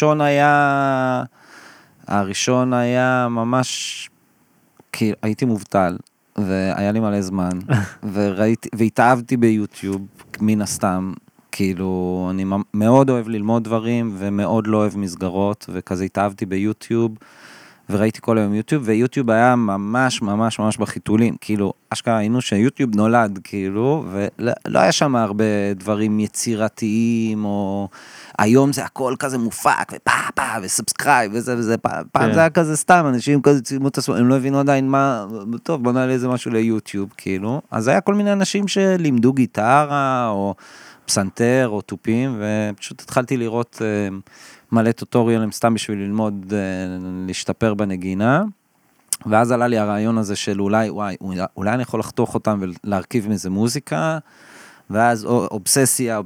הראשון היה ממש... כי הייתי מובטל, והיה לי מלא זמן, והתאהבתי ביוטיוב, מן הסתם, כאילו, אני מאוד אוהב ללמוד דברים, ומאוד לא אוהב מסגרות, וכזה התאהבתי ביוטיוב, וראיתי כל היום יוטיוב, ויוטיוב היה ממש ממש ממש בחיתולים, כאילו, אשכרה היינו שיוטיוב נולד, כאילו, ולא היה שם הרבה דברים יצירתיים, או... היום זה הכל כזה מופק, וסאבסקרייב, וזה, פעם זה היה כזה סתם, אנשים כזה צילמו את עצמם, הם לא הבינו עדיין מה, טוב, בוא נעלה איזה משהו ליוטיוב, כאילו, אז היה כל מיני אנשים שלימדו גיטרה, או פסנתר, או טופים, ופשוט התחלתי לראות מלא טוטוריאלים סתם בשביל ללמוד, להשתפר בנגינה, ואז עלה לי הרעיון הזה של אולי אני יכול לחתוך אותם ולהרכיב מזה מוזיקה, ואז אובססיה,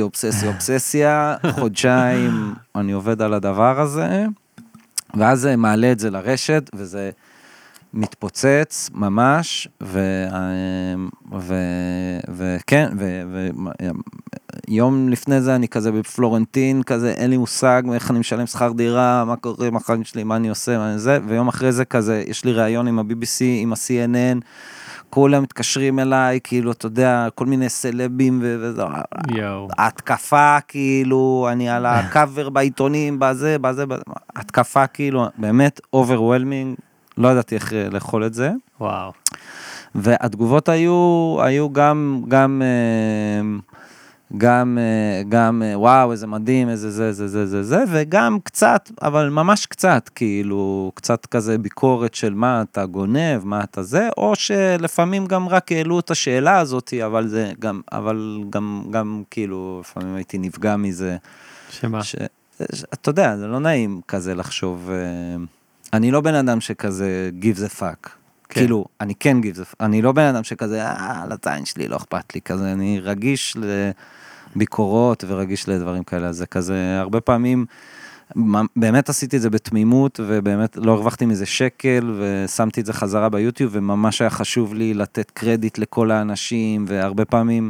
חודשיים אני עובד על הדבר הזה, ואז מעלה את זה לרשת, וזה מתפוצץ ממש, וכן, יום לפני זה אני כזה בפלורנטין, כזה אין לי מושג איך אני משלם שכר דירה, מה קורה עם החיים שלי, מה אני עושה, מה אני זה, ויום אחרי זה כזה, יש לי ראיון עם ה-BBC, עם ה-CNN, כולם מתקשרים אליי, כאילו, אתה יודע, כל מיני סלבים, התקפה, כאילו, אני על הקאבר בעיתונים, בזה, התקפה, כאילו, באמת, overwhelming, לא ידעתי איך לאכול את זה. וואו. והתגובות היו גם וואו, איזה מדהים, איזה זה, וגם קצת, אבל ממש קצת, כאילו, קצת כזה ביקורת של מה אתה גונב, מה אתה זה, או שלפעמים גם רק העלו את השאלה הזאת, אבל גם כאילו, לפעמים הייתי נפגע מזה. שמה? אתה יודע, זה לא נעים כזה לחשוב, אני לא בן אדם שכזה give the fuck. כאילו, אני כן give the fuck. אני לא בן אדם שכזה, על הזין שלי לא אכפת לי, כזה, אני רגיש לביקורות ורגיש לדברים כאלה, אז זה כזה, הרבה פעמים, באמת עשיתי את זה בתמימות, ובאמת לא הרווחתי מזה שקל, ושמתי את זה חזרה ביוטיוב, וממש היה חשוב לי לתת קרדיט לכל האנשים, והרבה פעמים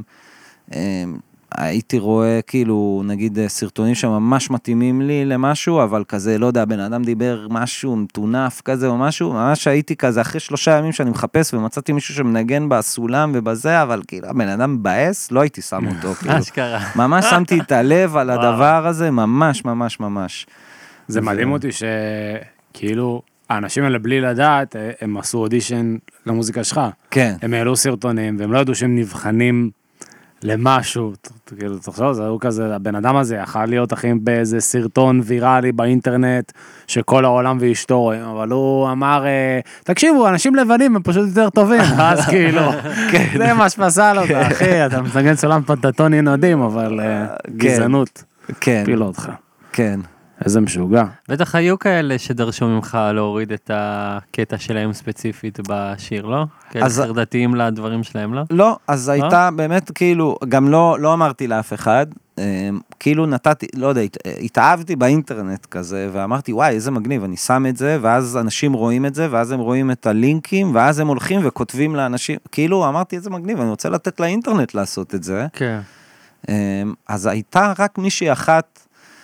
הייתי רואה כאילו, נגיד, סרטונים שממש מתאימים לי למשהו, אבל כזה, לא יודע, בן אדם דיבר משהו מטונף כזה או משהו, ממש הייתי כזה, אחרי 3 ימים שאני מחפש, ומצאתי מישהו שמנגן בסולם ובזה, אבל כאילו, הבן אדם בייס, לא הייתי שם אותו, כאילו. ממש שמתי את הלב על הדבר הזה, ממש, ממש, ממש. זה מדהים אותי שכאילו, האנשים האלה בלי לדעת, הם עשו אודישן למוזיקה שלך. כן. הם העלו סרטונים, והם לא ידעו שהם נבחנים למשהו, כאילו, תחשוב, זה הוא כזה, הבן אדם הזה יכל להיות אחים באיזה סרטון ויראלי באינטרנט, שכל העולם ואשתו רואים, אבל הוא אמר, תקשיבו, אנשים לבנים הם פשוט יותר טובים, אז כאילו, זה מה שפסל אותה, אחי, אתה מסגן סולם פנטטוני נודים, אבל גזענות, פילה אותך. כן. איזה משוגע. בטח היו כאלה שדרשו ממך להוריד את הקטע שלהם ספציפית בשיר, לא? כאלה חרדתיים לדברים שלהם, לא? לא, אז הייתה באמת כאילו, גם לא אמרתי לאף אחד, כאילו נתתי, לא יודע, התאהבתי באינטרנט כזה, ואמרתי, וואי, איזה מגניב, אני שם את זה, ואז אנשים רואים את זה, ואז הם רואים את הלינקים, ואז הם הולכים וכותבים לאנשים, כאילו אמרתי, איזה מגניב, אני רוצה לתת לאינטרנט לעשות את זה. כן. אז הייתה רק מישהי אחת,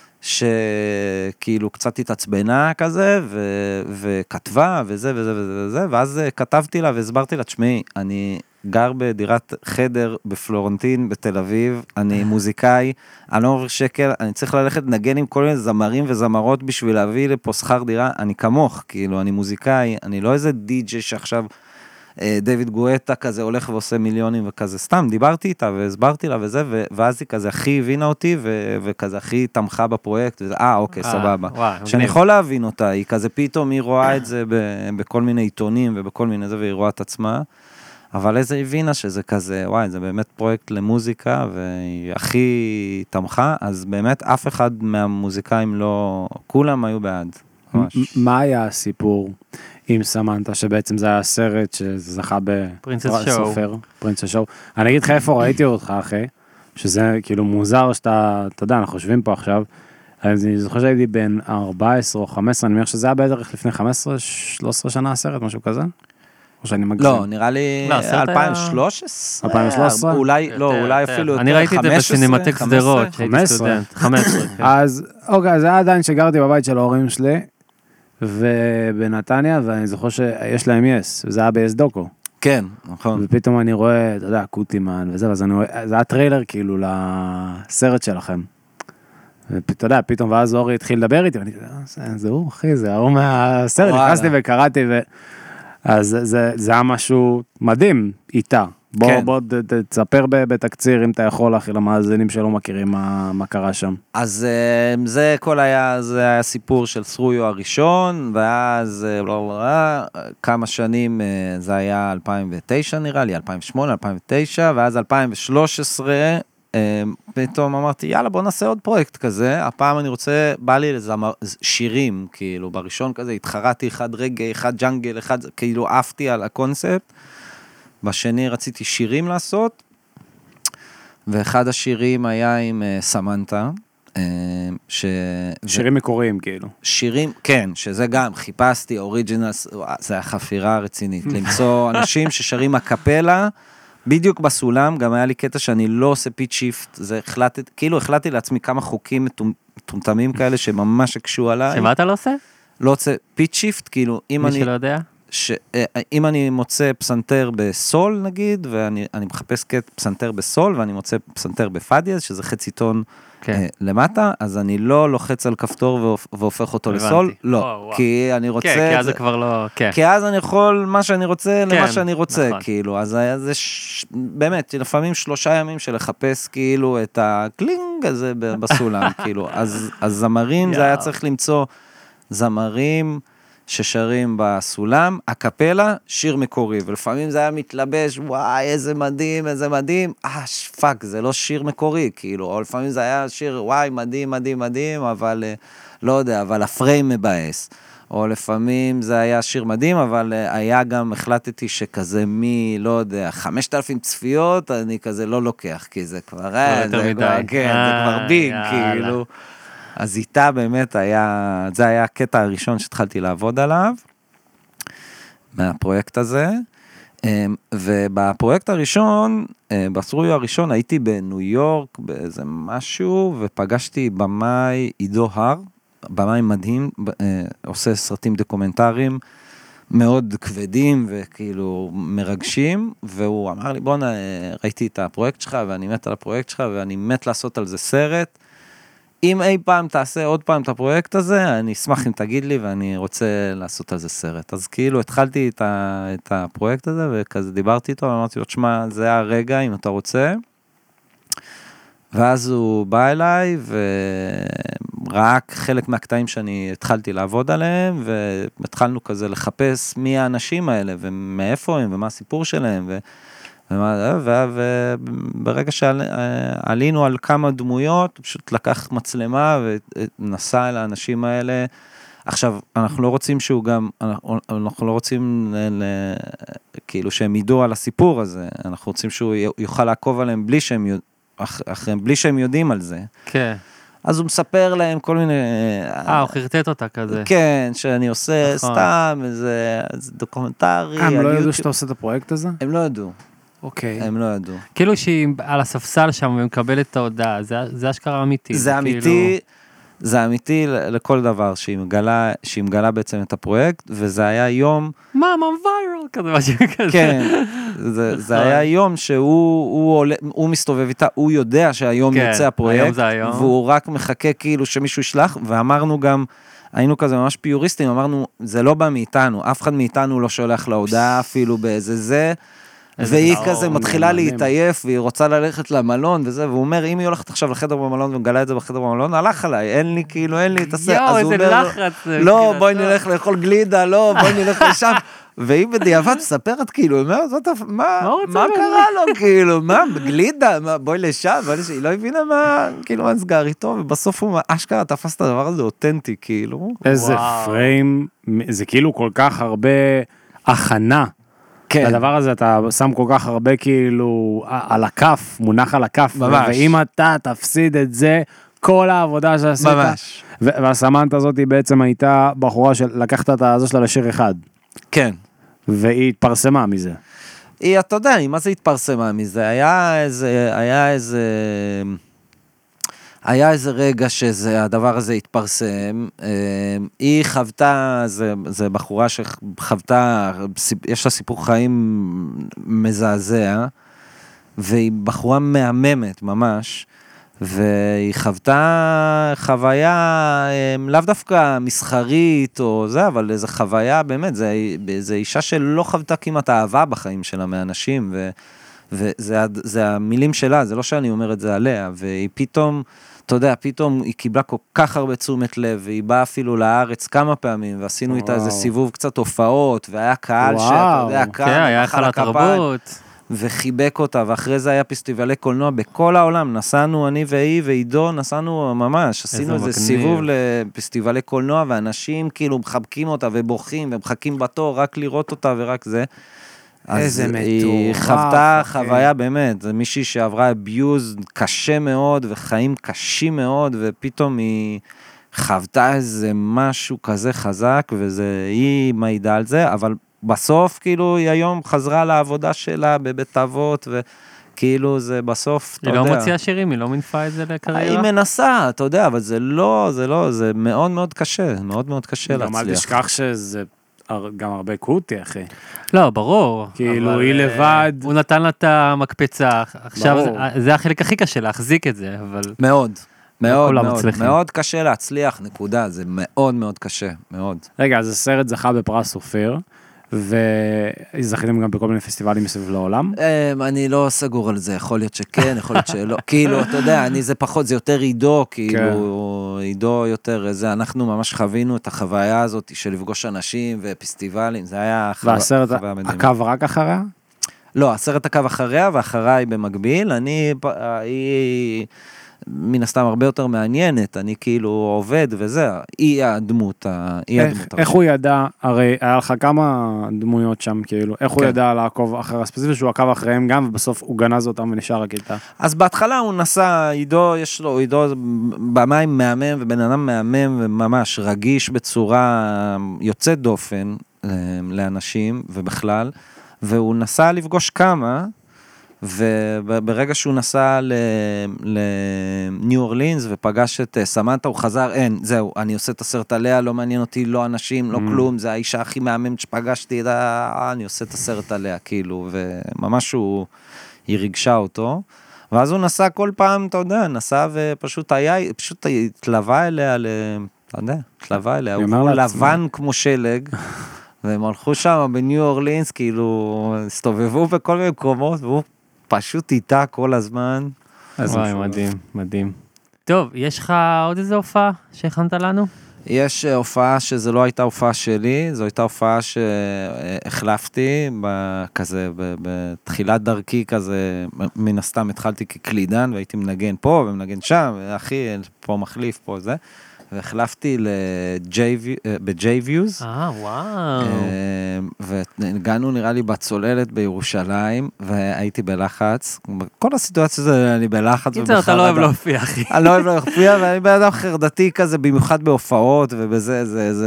שכאילו קצת התעצבנה כזה, וכתבה, וזה, ואז כתבתי לה והסברתי לה, תשמעי, אני גר בדירת חדר בפלורנטין, בתל אביב, אני מוזיקאי, אני לא מרוויח שקל, אני צריך ללכת לנגן עם כל מיני זמרים וזמרות בשביל להביא לפה שכר דירה, אני כמוך, כאילו, אני מוזיקאי, אני לא איזה די-ג'י שעכשיו דיוויד גואטה כזה הולך ועושה מיליונים וכזה, סתם דיברתי איתה והסברתי לה וזה, ואז היא כזה הכי הבינה אותי, וכזה הכי תמכה בפרויקט, וזה, אוקיי, סבבה. שאני יכול להבין אותה, היא כזה פתאום, היא רואה את זה בכל מיני עיתונים, ובכל מיני זה, והיא רואה את עצמה, אבל איזה הבינה שזה כזה, וואי, זה באמת פרויקט למוזיקה, והיא הכי תמכה, אז באמת אף אחד מהמוזיקאים לא, כולם היו בעד. מה היה הסיפור עם סמנטה, שבעצם זה היה סרט שזכה פרינסס שואו. פרינסס שואו. אני אגיד לך איפה ראיתי אותך, אחי, שזה כאילו מוזר שאתה, אתה יודע, אנחנו חושבים פה עכשיו, אני זוכר שהייתי בין 14 או 15, אני מניח שזה היה בערך לפני 15-13 שנה הסרט, משהו כזה? או שאני מגזים? לא, נראה לי 2013? 2013? אולי אפילו יותר, אני ראיתי את זה בסינמטק סדרות, שהייתי סטודנט. 15. אז, אוקיי, זה היה עדיין שגרתי בבית של ההורים שלי, ובנתניה, ואני זוכר שיש להם יס, וזה היה ביס דוקו. כן, נכון. ופתאום אני רואה, אתה יודע, קוטימן וזה, אז אני רואה, זה היה טריילר כאילו לסרט שלכם. ואתה יודע, פתאום ואז אורי התחיל לדבר איתי, ואני, זה הוא, אחי, זה הוא מהסרט, נכנסתי וקראתי, אז זה היה משהו מדהים איתה. בוא תספר בתקציר, אם אתה יכול, אחי, למאזינים שלא מכירים מה קרה שם. אז זה היה סיפור של סרויו הראשון, ואז כמה שנים, זה היה 2009 נראה לי, 2008, 2009, ואז 2013, פתאום אמרתי, יאללה, בוא נעשה עוד פרויקט כזה, הפעם אני רוצה, בא לי שירים, כאילו, בראשון כזה, התחרתי אחד רגע, אחד ג'אנגל, אחד, כאילו, עפתי על הקונספט, בשני רציתי שירים לעשות, ואחד השירים היה עם סמנטה, שירים מקוריים, כאילו. שירים, כן, שזה גם, חיפשתי, אוריג'ינלס, זה היה חפירה רצינית, למצוא אנשים ששרים הקפלה, בדיוק בסולם, גם היה לי קטע שאני לא עושה פיץ' שיפט, זה החלטתי לעצמי כמה חוקים מטומטמים כאלה, שממש הקשו עליי. שמה אתה לא עושה? לא עושה פיץ' שיפט, כאילו, מי שלא יודע? אם אני מוצא פסנתר בסול, נגיד, ואני מחפש פסנתר בסול, ואני מוצא פסנתר בפדיאז, שזה חצי טון למטה, אז אני לא לוחץ על כפתור והופך אותו לסול, לא, כי אני רוצה... כי אז זה כבר לא... כי אז אני יכול מה שאני רוצה למה שאני רוצה, כאילו, אז זה באמת, לפעמים 3 ימים של לחפש כאילו את הקלינג הזה בסולם, כאילו, אז זמרים, זה היה צריך למצוא זמרים ששרים בסולם, הקפלה, שיר מקורי, ולפעמים זה היה מתלבש, וואי, איזה מדהים, פאק, זה לא שיר מקורי, כאילו, או לפעמים זה היה שיר, וואי, מדהים, אבל, לא יודע, אבל הפריים מבאס, או לפעמים זה היה שיר מדהים, אבל היה גם, החלטתי שכזה לא יודע, 5,000 צפיות, אני כזה לא לוקח, כי זה כבר, זה כבר ביג, כאילו, אז איתה באמת זה היה הקטע הראשון שהתחלתי לעבוד עליו, מהפרויקט הזה, ובפרויקט הראשון, בסטודיו הראשון, הייתי בניו יורק, באיזה משהו, ופגשתי במאי עידו הר, במאי מדהים, עושה סרטים דוקומנטריים, מאוד כבדים וכאילו מרגשים, והוא אמר לי, בוא, ראיתי את הפרויקט שלך, ואני מת על הפרויקט שלך, ואני מת לעשות על זה סרט, אם אי פעם תעשה עוד פעם את הפרויקט הזה, אני אשמח אם תגיד לי, ואני רוצה לעשות על זה סרט. אז כאילו התחלתי את הפרויקט הזה, וכזה דיברתי איתו, ואמרתי לו, תשמע, זה הרגע, אם אתה רוצה. ואז הוא בא אליי, ורק חלק מהקטעים שאני התחלתי לעבוד עליהם, והתחלנו כזה לחפש מי האנשים האלה, ומאיפה הם, ומה הסיפור שלהם, וברגע שעלינו על כמה דמויות, פשוט לקח מצלמה ונסע אל האנשים האלה. עכשיו, אנחנו לא רוצים שהוא גם, אנחנו לא רוצים כאילו שהם ידעו על הסיפור הזה, אנחנו רוצים שהוא יוכל לעקוב עליהם בלי שהם יודעים על זה. כן. אז הוא מספר להם כל מיני... הוא חרטט אותה כזה. כן, שאני עושה סתם איזה דוקומנטרי. הם לא ידעו שאתה עושה את הפרויקט הזה? הם לא ידעו. אוקיי. הם לא ידעו. כאילו שהיא על הספסל שם ומקבלת את ההודעה, זה אשכרה אמיתי. זה אמיתי לכל דבר, שהיא מגלה בעצם את הפרויקט, וזה היה יום... מאמה ויירל, כזה משהו כזה. כן, זה היה יום שהוא מסתובב איתה, הוא יודע שהיום יוצא הפרויקט, והוא רק מחכה כאילו שמישהו ישלח, ואמרנו גם, היינו כזה ממש פיוריסטים, אמרנו, זה לא בא מאיתנו, אף אחד מאיתנו לא שולח להודעה אפילו באיזה זה, והיא כזה מתחילה להתעייף, והיא רוצה ללכת למלון וזה, והוא אומר, אם היא הולכת עכשיו לחדר במלון, ומגלה את זה בחדר במלון, הלך עליי, אין לי את הסרט. יואו, איזה לחץ. לא, בואי נלך לאכול גלידה, לא, בואי נלך לשם. והיא בדיעבד מספרת, כאילו, מה קרה לו, כאילו, מה, גלידה, בואי לשם, היא לא הבינה מה נסגר איתו, ובסוף הוא אשכרה תפס את הדבר הזה אותנטי, כאילו. איזה פריים, זה כאילו כל כך הרבה הכנה. כן. הדבר הזה אתה שם כל כך הרבה כאילו על הכף, מונח על הכף, ואם אתה תפסיד את זה, כל העבודה שעשית, ממש. והסמנטה הזאת היא בעצם הייתה בחורה שלקחת את הזה שלה לשיר אחד. כן. והיא התפרסמה מזה. אתה יודע, מה זה התפרסמה מזה? היה איזה רגע שהדבר הזה התפרסם, היא חוותה, זה בחורה שחוותה, יש לה סיפור חיים מזעזע, והיא בחורה מהממת ממש, והיא חוותה חוויה, לאו דווקא מסחרית או זה, אבל איזו חוויה באמת, זה אישה שלא חוותה כמעט אהבה בחיים שלה מאנשים, וזה המילים שלה, זה לא שאני אומר את זה עליה, והיא פתאום, אתה יודע, פתאום היא קיבלה כל כך הרבה תשומת לב, והיא באה אפילו לארץ כמה פעמים, ועשינו איתה איזה סיבוב קצת הופעות, והיה קהל שאתה יודע, היה חלת תרבות. וחיבק אותה, ואחרי זה היה פסטיבלי קולנוע בכל העולם, נסענו אני והיא ועידו, נסענו ממש, עשינו איזה סיבוב לפסטיבלי קולנוע, ואנשים כאילו מחבקים אותה ובוכים, ומחכים בתור רק לראות אותה ורק זה. איזה מטורף. היא חוותה חוויה באמת, זה מישהי שעברה אביוז קשה מאוד, וחיים קשים מאוד, ופתאום היא חוותה איזה משהו כזה חזק, היא מעידה על זה, אבל בסוף כאילו היא היום חזרה לעבודה שלה בבית אבות, וכאילו זה בסוף, אתה יודע. היא לא מוציאה שירים, היא לא מנפה את זה לקריירה? היא מנסה, אתה יודע, אבל זה לא, זה מאוד מאוד קשה, מאוד מאוד קשה להצליח. גם אל תשכח שזה גם הרבה קוטי, אחי. לא, ברור. כאילו, היא לבד. הוא נתן לה את המקפצה, עכשיו זה החלק הכי קשה להחזיק את זה, אבל... מאוד. מאוד, מאוד, מאוד, מאוד קשה להצליח, נקודה, זה מאוד מאוד קשה, מאוד. רגע, אז הסרט זכה בפרס אופיר, וזכיתם גם בכל מיני פסטיבלים מסביב לעולם? אני לא סגור על זה, יכול להיות שכן, יכול להיות שלא, כאילו, אתה יודע, זה פחות, זה יותר עידו, כאילו, עידו יותר, זה, אנחנו ממש חווינו את החוויה הזאת של לפגוש אנשים ופסטיבלים, זה היה והסרט עקב רק אחריה? לא, הסרט עקב אחריה, ואחריי במקביל, היא מן הסתם הרבה יותר מעניינת, אני כאילו עובד וזה, היא הדמות איך הוא ידע, הרי היה לך כמה דמויות שם כאילו, איך הוא ידע לעקוב אחר הספציפי, שהוא עקב אחריהם גם, ובסוף הוא גנז אותם ונשאר רק איתה? אז בהתחלה הוא נסע, עידו במים מהמם, ובן אדם מהמם, וממש רגיש בצורה יוצאת דופן לאנשים, ובכלל, והוא נסע לפגוש כמה, וברגע שהוא נסע לניו אורלינס ופגש את סמנטה, הוא חזר, זהו, אני עושה את הסרט עליה, לא מעניין אותי, לא אנשים, לא כלום, זה האישה הכי מהממת שפגשתי, אני עושה את הסרט עליה, כאילו, וממש היא ריגשה אותו, ואז הוא נסע כל פעם, אתה יודע, נסע ופשוט פשוט התלווה אליה, אתה יודע, התלווה אליה, הוא לבן כמו שלג, והם הלכו שם בניו אורלינס, כאילו, הסתובבו בכל מיני מקומות, והוא פשוט איתה כל הזמן. וואי, מדהים, מדהים. טוב, יש לך עוד איזו הופעה שהכנת לנו? יש הופעה שזו לא הייתה הופעה שלי, זו הייתה הופעה שהחלפתי, כזה, בתחילת דרכי כזה, מן הסתם התחלתי כקלידן, והייתי מנגן פה ומנגן שם, ואחי, פה מחליף, פה זה. והחלפתי ב-J-Views. וואו. והגענו נראה לי בצוללת בירושלים, והייתי בלחץ. כל הסיטואציה זה אני בלחץ. קיצר, אתה לא אוהב להופיע, אחי. אני לא אוהב להופיע, ואני בן אדם חרדתי כזה, במיוחד בהופעות, ובזה,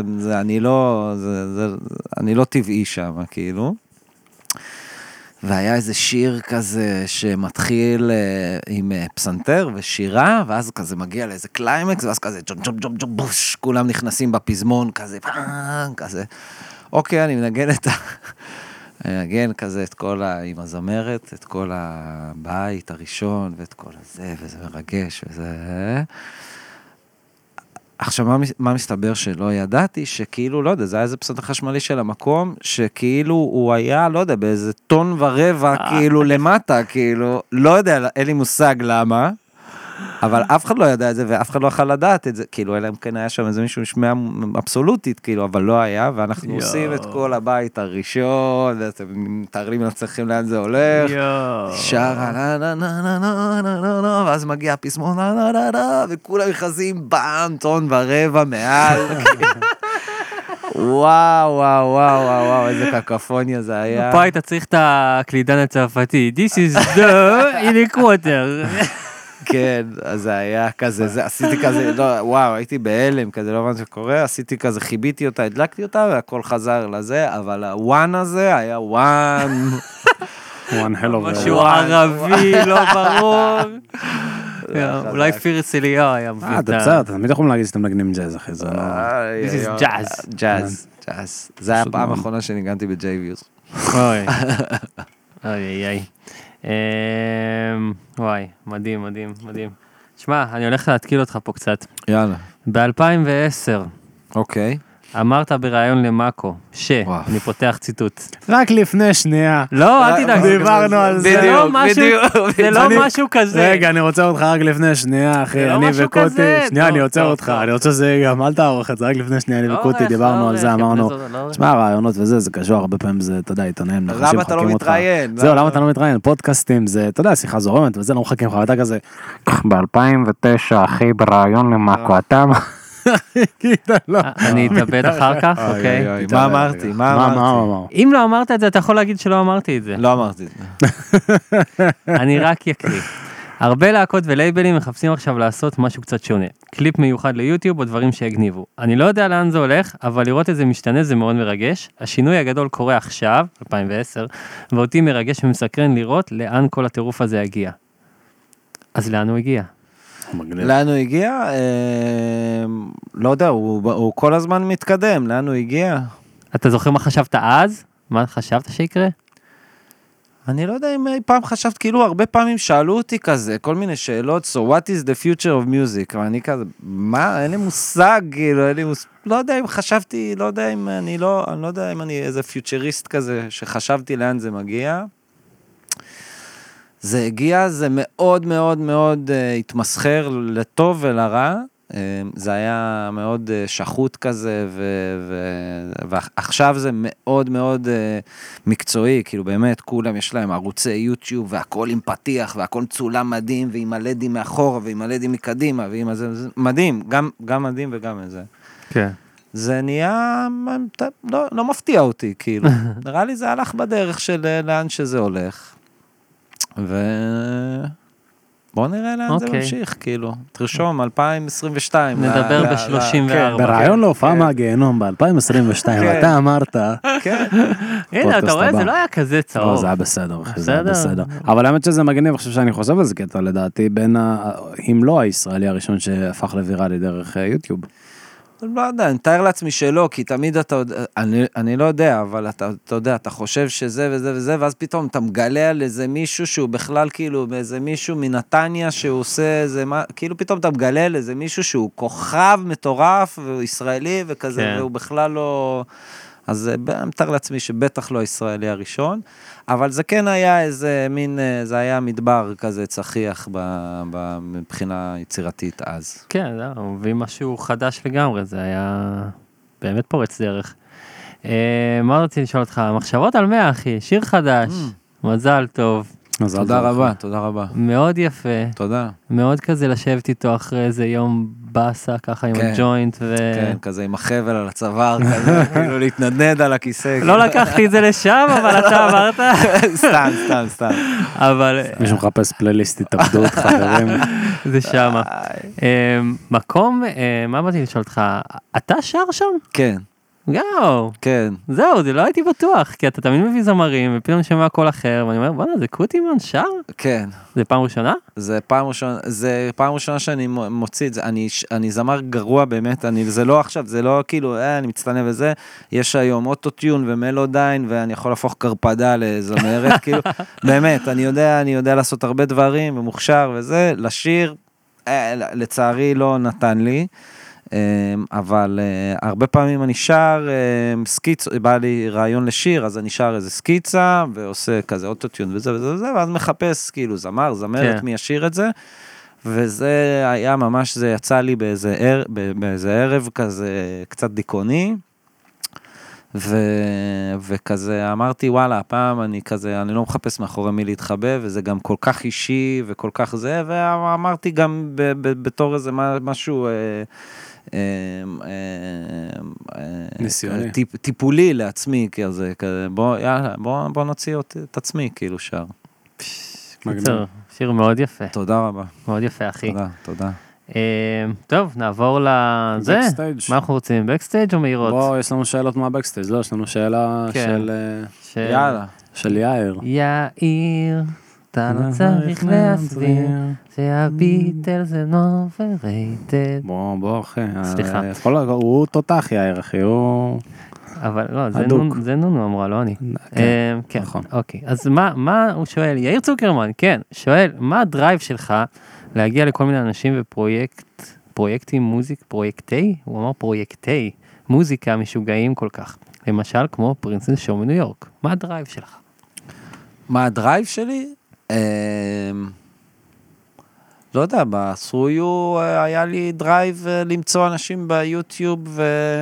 אני לא טבעי שם, כאילו. והיה איזה שיר כזה שמתחיל עם פסנתר ושירה, ואז כזה מגיע לאיזה קליימקס, ואז כזה ג'ום ג'ום ג'ום ג'ום בוש, כולם נכנסים בפזמון כזה, כזה. אוקיי, אני מנגן אני מנגן כזה את כל עם הזמרת, את כל הבית הראשון, ואת כל הזה, וזה מרגש, וזה... עכשיו, מה מסתבר שלא ידעתי? שכאילו, לא יודע, זה היה איזה פסנתר חשמלי של המקום, שכאילו הוא היה, לא יודע, באיזה טון ורבע, כאילו למטה, כאילו, לא יודע, אין לי מושג למה, אבל אף אחד לא ידע את זה, ואף אחד לא יכול לדעת את זה, כאילו, אלא אם כן היה שם איזה מישהו משמע אבסולוטית, כאילו, אבל לא היה, ואנחנו עושים את כל הבית הראשון, ואתם מתארים לעצמכם לאן זה הולך, שרה, ואז מגיע הפזמון, וכולם נכנסים באם, טון ורבע מעל, וואו, איזה קקופוניה זה היה. פה היית צריך את הקלידן הצרפתי, this is the in a quarter. כן, אז זה היה כזה, עשיתי כזה, לא, וואו, הייתי בהלם, כזה, לא הבנתי שקורה, עשיתי כזה, חיביתי אותה, הדלקתי אותה, והכל חזר לזה, אבל הוואן הזה היה וואן. וואן הלו. משהו ערבי, לא ברור. אולי פירס אליהו היה מביא את אתה בסדר, אתה תמיד יכולים להגיד שאתם מנגנים ג'אז, אחי, זה לא... This is jazz. ג'אז. זה היה הפעם האחרונה שניגנתי ב-J-Views. אוי. וואי, מדהים. שמע, אני הולך להתקיל אותך פה קצת. יאללה. ב-2010. אוקיי. אמרת בראיון למאקו, אני פותח ציטוט. רק לפני שנייה. לא, אל תדאג. דיברנו על זה. זה לא משהו כזה. רגע, אני עוצר אותך רק לפני שנייה, אחי, אני וקוטי. שנייה, אני עוצר אותך, אני רוצה זה גם, אל תערוך את זה, רק לפני שנייה, אני וקוטי דיברנו על זה, אמרנו, תשמע, רעיונות וזה, זה קשור הרבה פעמים, זה, אתה יודע, עיתונאים, למה אתה לא מתראיין? זהו, למה אתה לא מתראיין? פודקאסטים, זה, אתה יודע, שיחה זורמת, וזה לא מחכים לך, ואתה כזה, ב-2009, אחי, ברעיון למאקו, אתה... אני אתאבד אחר כך, אוקיי? מה אמרתי? אם לא אמרת את זה, אתה יכול להגיד שלא אמרתי את זה. לא אמרתי את זה. אני רק יקריא. הרבה להקות ולייבלים מחפשים עכשיו לעשות משהו קצת שונה. קליפ מיוחד ליוטיוב או דברים שיגניבו. אני לא יודע לאן זה הולך, אבל לראות את זה משתנה זה מאוד מרגש. השינוי הגדול קורה עכשיו, 2010, ואותי מרגש ומסקרן לראות לאן כל הטירוף הזה יגיע. אז לאן הוא הגיע? לאן הוא הגיע? לא יודע, הוא כל הזמן מתקדם, לאן הוא הגיע? אתה זוכר מה חשבת אז? מה חשבת שיקרה? אני לא יודע אם אי פעם חשבת, כאילו הרבה פעמים שאלו אותי כזה, כל מיני שאלות, so what is the future of music? ואני כזה, מה? אין לי מושג, כאילו, לא יודע אם חשבתי, לא יודע אם אני לא יודע אם אני איזה פיוטריסט כזה, שחשבתי לאן זה מגיע. זה הגיע, זה מאוד מאוד מאוד התמסחר לטוב ולרע, זה היה מאוד שחוט כזה, ועכשיו זה מאוד מאוד מקצועי, כאילו באמת כולם יש להם ערוצי יוטיוב, והכל עם פתיח, והכל מצולם מדהים, ועם הלדים מאחורה, ועם הלדים מקדימה, ועם זה, מדהים, גם מדהים וגם זה. כן. זה נהיה, לא מפתיע אותי, כאילו, נראה לי זה הלך בדרך של לאן שזה הולך. בוא נראה לאן זה ממשיך, כאילו, תרשום, 2022. נדבר ב-34. ברעיון להופעה מהגיהנום ב-2022, אתה אמרת. כן. הנה, אתה רואה, זה לא היה כזה צהוב. זה היה בסדר, זה היה בסדר. אבל האמת שזה מגניב, אני חושב שאני חושב על זה, כי אתה לדעתי בין, אם לא הישראלי הראשון שהפך לוויראלי דרך יוטיוב. לא יודע, אני מתאר לעצמי שלא, כי תמיד אני לא יודע, אבל אתה יודע, אתה חושב שזה וזה וזה, ואז פתאום אתה מגלה על איזה מישהו שהוא בכלל כאילו, איזה מישהו מנתניה שהוא עושה איזה, כאילו פתאום אתה מגלה על איזה מישהו שהוא כוכב מטורף, והוא ישראלי וכזה, והוא בכלל לא... אז אני מתאר לעצמי שבטח לא הישראלי הראשון, אבל זה כן היה איזה מין, זה היה מדבר כזה צחיח מבחינה יצירתית אז. כן, הוא מביא משהו חדש לגמרי, זה היה באמת פורץ דרך. מה רציתי לשאול אותך? מחשבות על 100, אחי, שיר חדש, מזל טוב. תודה רבה, תודה רבה. מאוד יפה. תודה. מאוד כזה לשבת איתו אחרי איזה יום בסה, ככה עם הג'וינט כן, כזה עם החבל על הצוואר, כזה, כאילו להתנדנד על הכיסא. לא לקחתי את זה לשם, אבל אתה אמרת. סתם. אבל... מישהו מחפש פלייליסט התאבדות, חברים. זה שמה. מקום, מה באתי לשאול אותך? אתה שר שם? כן. גאו. כן. זהו, זה לא הייתי בטוח, כי אתה תמיד מביא זמרים, ופתאום שומע קול אחר, ואני אומר, בוא'נה, זה קוטימן שר? כן. זה פעם ראשונה? זה פעם ראשונה שאני מוציא את זה, אני זמר גרוע באמת, זה לא עכשיו, זה לא כאילו, אני מצטנע וזה, יש היום אוטוטיון ומלודיין, ואני יכול להפוך קרפדה לזמרת, כאילו, באמת, אני יודע לעשות הרבה דברים, ומוכשר וזה, לשיר, לצערי לא נתן לי, אבל הרבה פעמים אני שר סקיצה, בא לי רעיון לשיר, אז אני שר איזה סקיצה, ועושה כזה אוטוטיון וזה וזה וזה, ואז מחפש כאילו זמרת, מי ישיר את זה, וזה היה ממש, זה יצא לי באיזה ערב כזה קצת דיכאוני, וכזה אמרתי וואלה, הפעם אני לא מחפש מאחורי מי להתחבא, וזה גם כל כך אישי וכל כך זה, ואמרתי גם בתור איזה משהו טיפולי לעצמי, כזה, בוא נוציא את עצמי כאילו שר. שיר מאוד יפה. תודה רבה. מאוד יפה, אחי. תודה. טוב, נעבור לזה. מה אנחנו רוצים? בקסטייג' או מהירות? בוא, יש לנו שאלות מהבקסטייג', לא, יש לנו שאלה של יאיר. יאיר, אתה לא צריך להסביר, שהביטל זה overrated. בוא, אחי. סליחה. הוא תותח, יאיר, אחי, הוא... אבל לא, זה נונו אמרה, לא אני. כן, אוקיי. אז מה הוא שואל? יאיר צוקרמן, כן, שואל, מה הדרייב שלך להגיע לכל מיני אנשים ופרויקטים, פרויקטי, הוא אמר פרויקטי מוזיקה משוגעים כל כך. למשל, כמו פרינסס שואו מניו יורק. מה הדרייב שלך? מה הדרייב שלי? לא יודע, בסרויו היה לי דרייב למצוא אנשים ביוטיוב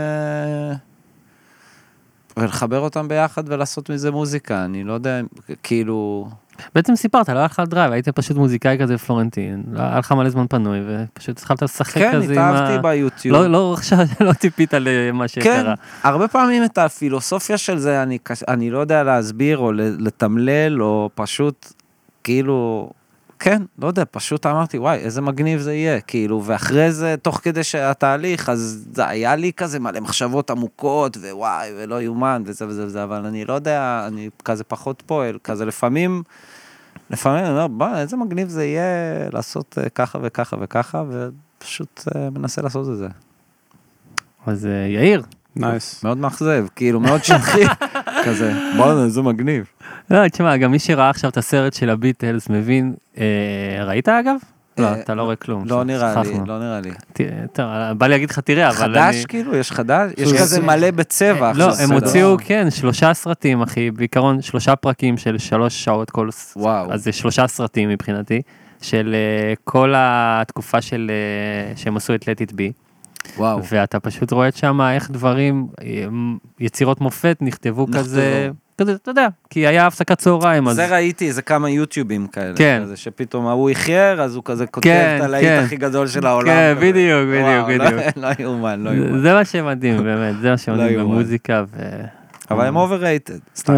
ולחבר אותם ביחד ולעשות מזה מוזיקה. אני לא יודע, כאילו... בעצם סיפרת, לא היה לך דרייב, היית פשוט מוזיקאי כזה פלורנטין, היה לך מלא זמן פנוי, ופשוט התחלת לשחק כזה כן, התאהבתי ביוטיוב. לא ציפית למה שקרה. כן, הרבה פעמים את הפילוסופיה של זה, אני לא יודע להסביר, או לתמלל, או פשוט, כאילו, כן, לא יודע, פשוט אמרתי, וואי, איזה מגניב זה יהיה, כאילו, ואחרי זה, תוך כדי שהתהליך, אז זה היה לי כזה מלא מחשבות עמוקות, ווואי, ולא יומן, וזה וזה וזה, אבל אני לא יודע, אני כזה פחות פועל, כזה לפעמים אני אומר, בוא, איזה מגניב זה יהיה לעשות ככה וככה וככה, ופשוט מנסה לעשות את זה. אז יאיר. נייס. מאוד מאכזב, כאילו, מאוד שטחי, כזה, בוא, איזה מגניב. לא, תשמע, גם מי שראה עכשיו את הסרט של הביטלס מבין, ראית אגב? לא, אתה לא רואה כלום. לא נראה לי. טוב, בא לי להגיד לך, תראה, אבל חדש כאילו? יש חדש? יש כזה מלא בצבע. לא, הם הוציאו, כן, 3 סרטים, אחי, בעיקרון 3 פרקים של 3 שעות כל... וואו. אז זה 3 סרטים מבחינתי, של כל התקופה שהם עשו את Let It Be. וואו. ואתה פשוט רואה שם איך דברים, יצירות מופת נכתבו כזה, אתה יודע, כי היה הפסקת צהריים. זה ראיתי, זה כמה יוטיובים כאלה. כן. שפתאום הוא איחר, אז הוא כזה כותב את הלהיט הכי גדול של העולם. כן, בדיוק. לא יאומן, לא יאומן. זה מה שמדהים, באמת, זה מה שמדהים במוזיקה. אבל הם overrated. סתם.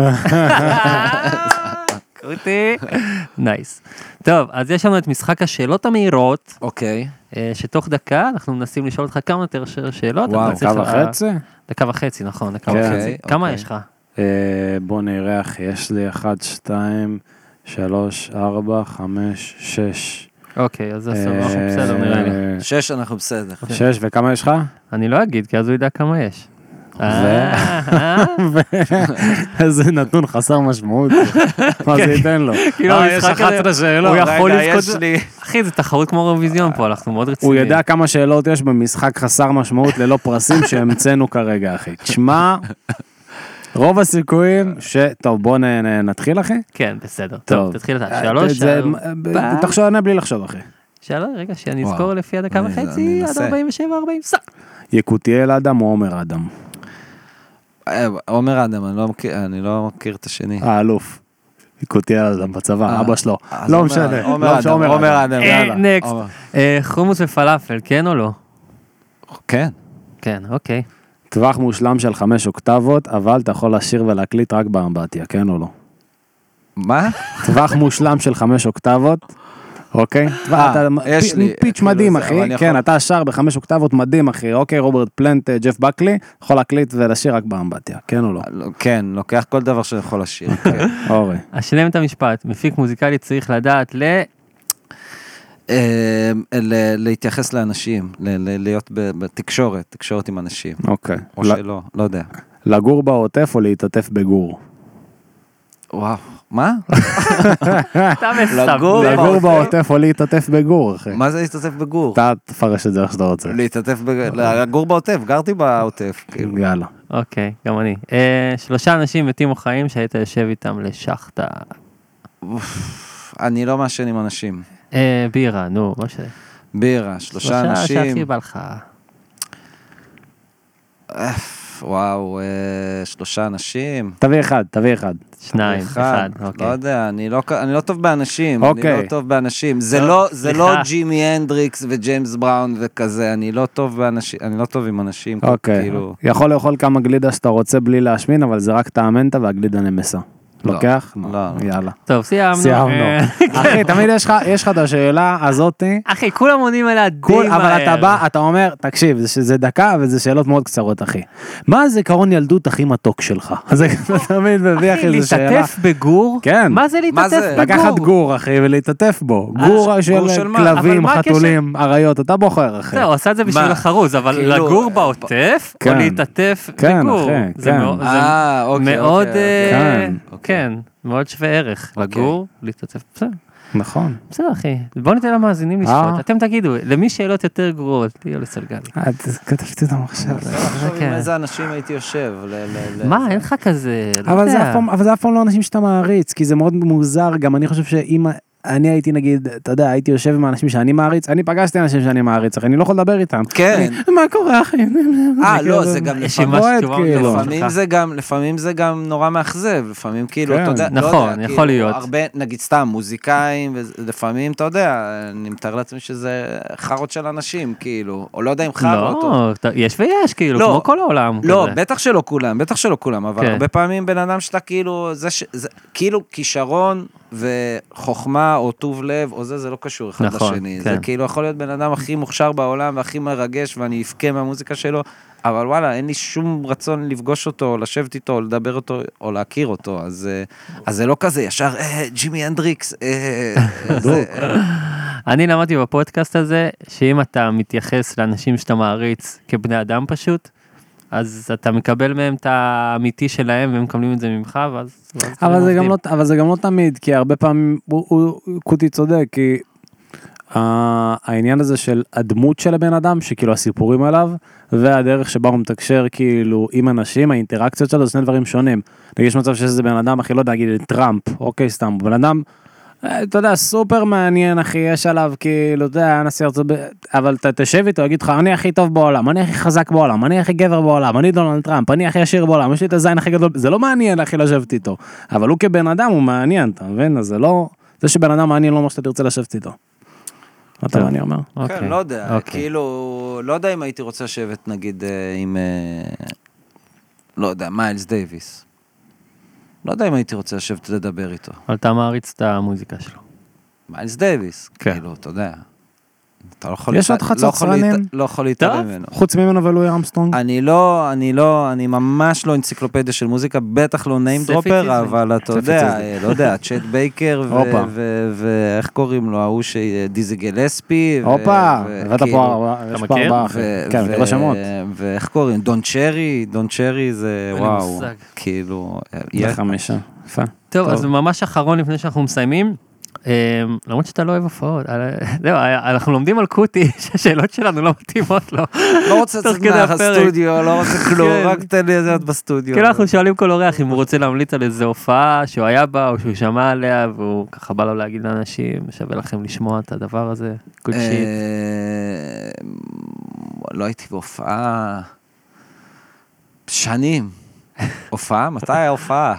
קרוטי. נייס. טוב, אז יש לנו את משחק השאלות המהירות. אוקיי. שתוך דקה אנחנו מנסים לשאול אותך כמה יותר שאלות. וואו, דקה וחצי? דקה וחצי, נכון, דקה וחצי. כמה יש לך? בוא נראה, אחי, יש לי 1, 2, 3, 4, 5, 6. אוקיי, אז אנחנו בסדר נראה לי. 6 אנחנו בסדר. 6, וכמה יש לך? אני לא אגיד, כי אז הוא ידע כמה יש. איזה נתון חסר משמעות. מה זה ייתן לו? יש 11 שאלות. הוא יכול לזכות... אחי, זה תחרות כמו אירוויזיון פה, אנחנו מאוד רציניים. הוא יודע כמה שאלות יש במשחק חסר משמעות ללא פרסים שהמצאנו כרגע, אחי. תשמע, רוב הסיכויים טוב, בוא נתחיל, אחי? כן, בסדר. טוב, תתחיל אתה. 3, תחשוב, ענה בלי לחשוב, אחי. 3, רגע, שאני אזכור לפי הדקה וחצי, עד 47, 40, סע. יקותיאל אדם או עומר אדם? עומר אדם, אני לא מכיר את השני. האלוף. יקותיאל אדם בצבא, אבא שלו. לא משנה. עומר אדם. נקסט. חומוס ופלאפל, כן או לא? כן. כן, אוקיי. טווח מושלם של 5 אוקטבות, אבל אתה יכול לשיר ולהקליט רק באמבטיה, כן או לא? מה? טווח מושלם של 5 אוקטבות, אוקיי? יש לי. פיץ' מדהים, אחי. כן, אתה שר ב5 אוקטבות מדהים, אחי. אוקיי, רוברט פלנט, ג'ף בקלי, יכול להקליט ולשיר רק באמבטיה, כן או לא? כן, לוקח כל דבר שיכול לשיר. אורי. אשלם את המשפט, מפיק מוזיקלי צריך לדעת להתייחס לאנשים, להיות תקשורת עם אנשים. אוקיי. או שלא, לא יודע. לגור בעוטף או להתעטף בגור? וואו, מה? לגור בעוטף או להתעטף בגור, אחי. מה זה להתעטף בגור? אתה תפרש את זה איך שאתה רוצה. לגור בעוטף, גרתי בעוטף. יאללה. אוקיי, גם אני. 3 אנשים מתים או חיים שהיית יושב איתם לשחטה. אני לא מעשן עם אנשים. בירה, נו, מה ש... בירה, 3 אנשים. 3 שהכי בא לך. וואו, 3 אנשים. תביא אחד. 2, 1, אוקיי. לא יודע, אני לא טוב באנשים. אוקיי. אני לא טוב באנשים. זה לא ג'ימי הנדריקס וג'יימס בראון וכזה, אני לא טוב באנשים, אני לא טוב עם אנשים. אוקיי. יכול לאכול כמה גלידה שאתה רוצה בלי להשמין, אבל זה רק טעמנטה והגלידה נמסה. לוקח? לא. יאללה. טוב, סיימנו. אחי, תמיד יש לך את השאלה הזאתי. אחי, כולם עונים עליה די מהר. אבל אתה בא, אתה אומר, תקשיב, זה דקה וזה שאלות מאוד קצרות, אחי. מה הזיכרון ילדות הכי מתוק שלך? אז אתה תמיד מביא, אחי, איזו שאלה. להתעטף בגור? כן. מה זה להתעטף בגור? לקחת גור, אחי, ולהתעטף בו. גור של כלבים, חתולים, אריות, אתה בוחר, אחי. זהו, עושה את זה בשביל החרוז, אבל לגור בעוטף, או להתעטף בגור. זה מאוד, כן, מאוד שווה ערך. לגור, להתעטף, בסדר. נכון. בסדר, אחי. בואו ניתן למאזינים לשפוט. אתם תגידו, למי שאלות יותר גרועות, תהיו לסלגני. כתבתי אותם עכשיו. עכשיו עם איזה אנשים הייתי יושב. מה, אין לך כזה... אבל זה אף פעם לא אנשים שאתה מעריץ, כי זה מאוד מוזר, גם אני חושב שאם אני הייתי נגיד, אתה יודע, הייתי יושב עם האנשים שאני מעריץ, אני פגשתי אנשים שאני מעריץ, אחי, אני לא יכול לדבר איתם. כן. מה קורה, אחי? לא, זה גם לפעמים זה גם נורא מאכזב, לפעמים כאילו, אתה יודע, נכון, יכול להיות. הרבה, נגיד סתם, מוזיקאים, ולפעמים, אתה יודע, אני מתאר לעצמי שזה חרות של אנשים, כאילו, או לא יודע אם חרות. לא, יש ויש, כאילו, כמו כל העולם. לא, בטח שלא כולם, אבל הרבה פעמים בן אדם שאתה כאילו, זה כאילו כישרון וחוכמה או טוב לב, או זה לא קשור אחד לשני. זה כאילו יכול להיות בן אדם הכי מוכשר בעולם והכי מרגש, ואני אפקה מהמוזיקה שלו, אבל וואלה, אין לי שום רצון לפגוש אותו, או לשבת איתו, או לדבר אותו, או להכיר אותו. אז זה לא כזה, ישר, ג'ימי הנדריקס. אני למדתי בפודקאסט הזה, שאם אתה מתייחס לאנשים שאתה מעריץ כבני אדם פשוט, אז אתה מקבל מהם את האמיתי שלהם, והם מקבלים את זה ממך, אבל זה גם לא תמיד, כי הרבה פעמים, קוטי צודק, כי העניין הזה של הדמות של הבן אדם, שכאילו הסיפורים עליו, והדרך שבה הוא מתקשר כאילו עם אנשים, האינטראקציות שלו, זה שני דברים שונים. יש מצב שזה בן אדם, אחי, לא יודע, נגיד טראמפ, אוקיי, סתם, בן אדם, אתה יודע, סופר מעניין, אחי, יש עליו, כאילו, אתה יודע, נשיא ארצות, אבל אתה תשב איתו, יגיד לך, אני הכי טוב בעולם, אני הכי חזק בעולם, אני הכי גבר בעולם, אני דונלד טראמפ, אני הכי עשיר בעולם, יש לי את הזין הכי גדול, זה לא מעניין, אחי, לשבת איתו, אבל הוא כבן אדם, הוא מעניין, אתה מבין? אז זה לא, זה שבן אדם מעניין, לא אומר שאתה תרצה לשבת איתו. מה אני אומר? כן, לא יודע, כאילו, לא יודע אם הייתי רוצה לשבת, נגיד, עם, לא יודע, מיילס דייביס. לא יודע אם הייתי רוצה לשבת לדבר איתו. אבל אתה מעריץ את המוזיקה שלו. מיילס דייביס, כאילו, אתה יודע. אתה יש עוד חצוצרנים? לא יכול להתערב ממנו. חוץ ממנו ולואי ארמסטרונג? אני ממש לא אנציקלופדיה של מוזיקה, בטח לא ניים דרופר, אבל אתה יודע, לא יודע, צ'ט בייקר, ואיך קוראים לו, ההוא דיזי גלספי, הופה, הבאת פה, יש פה ארבעה אחרי, כן, לא שמות. ואיך קוראים, דון צ'רי זה וואו, כאילו, זה 5, יפה. טוב, אז ממש אחרון לפני שאנחנו מסיימים, למרות שאתה לא אוהב הופעות, אנחנו לומדים על קוטי, שהשאלות שלנו לא מתאימות לו. לא רוצה לצגנח הסטודיו, לא רוצה כלום, רק תן לי איזה עוד בסטודיו. כאילו אנחנו שואלים כל אורח אם הוא רוצה להמליץ על איזו הופעה שהוא היה בה, או שהוא שמע עליה, והוא ככה בא לו להגיד לאנשים, שווה לכם לשמוע את הדבר הזה, good shit. לא הייתי בהופעה שנים. הופעה? מתי היה הופעה?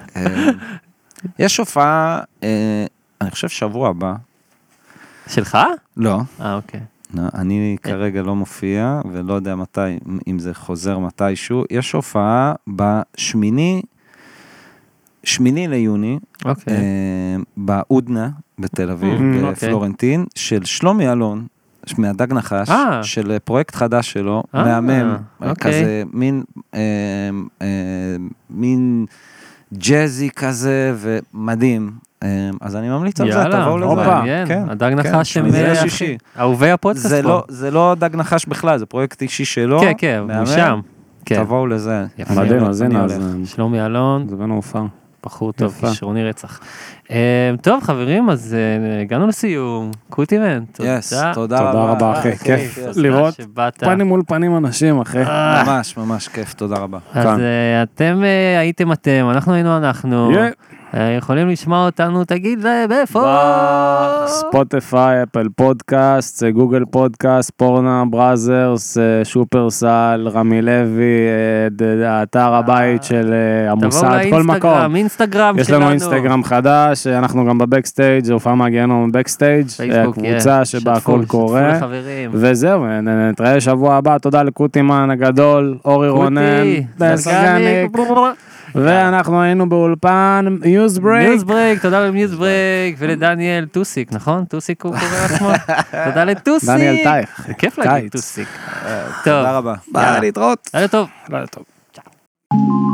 יש הופעה, אני חושב שבוע הבא. שלך? לא. אוקיי. אני כרגע לא מופיע, ולא יודע מתי, אם זה חוזר מתישהו. יש הופעה בשמיני ליוני, באודנה, בתל אביב, בפלורנטין, של שלומי אלון, מהדג נחש, של פרויקט חדש שלו, מהמם, כזה מין ג'אזי כזה, ומדהים. אז אני ממליץ על זה, תבואו לזה. כן, הדג נחש שישי. אהובי הפודקאסט פה. זה לא דג נחש בכלל, זה פרויקט אישי שלו. כן, כן, הוא שם. תבואו לזה. מדהים, אז הנה, שלומי אלון. זה בנו הופעה. בחור טוב, כישרוני רצח. טוב, חברים, אז הגענו לסיום. קוטימן, תודה. תודה רבה, אחי. כיף לראות פנים מול פנים אנשים, אחי. ממש כיף, תודה רבה. אז אתם הייתם אתם, אנחנו היינו אנחנו. יכולים לשמוע אותנו, תגיד להם איפה? ספוטיפיי, אפל פודקאסט, גוגל פודקאסט, פורנה בראזרס, שופרסל, רמי לוי, האתר הבית של המוסד, כל מקום. אינסטגרם שלנו. יש לנו אינסטגרם חדש, אנחנו גם בבקסטייג', זה הופעה מהגיהנום בבקסטייג', קבוצה שבה הכל קורה. וזהו, נתראה שבוע הבא, תודה לקוטימן הגדול, אורי רונן, סלגניק. ואנחנו היינו באולפן מיוזברייק, תודה למיוזברייק ולדניאל טוסיק, נכון? טוסיק הוא קורא עצמו? תודה לטוסיק. דניאל טייך. כיף להגיד טוסיק. תודה רבה. ביי, להתראות. לילה טוב. לילה טוב.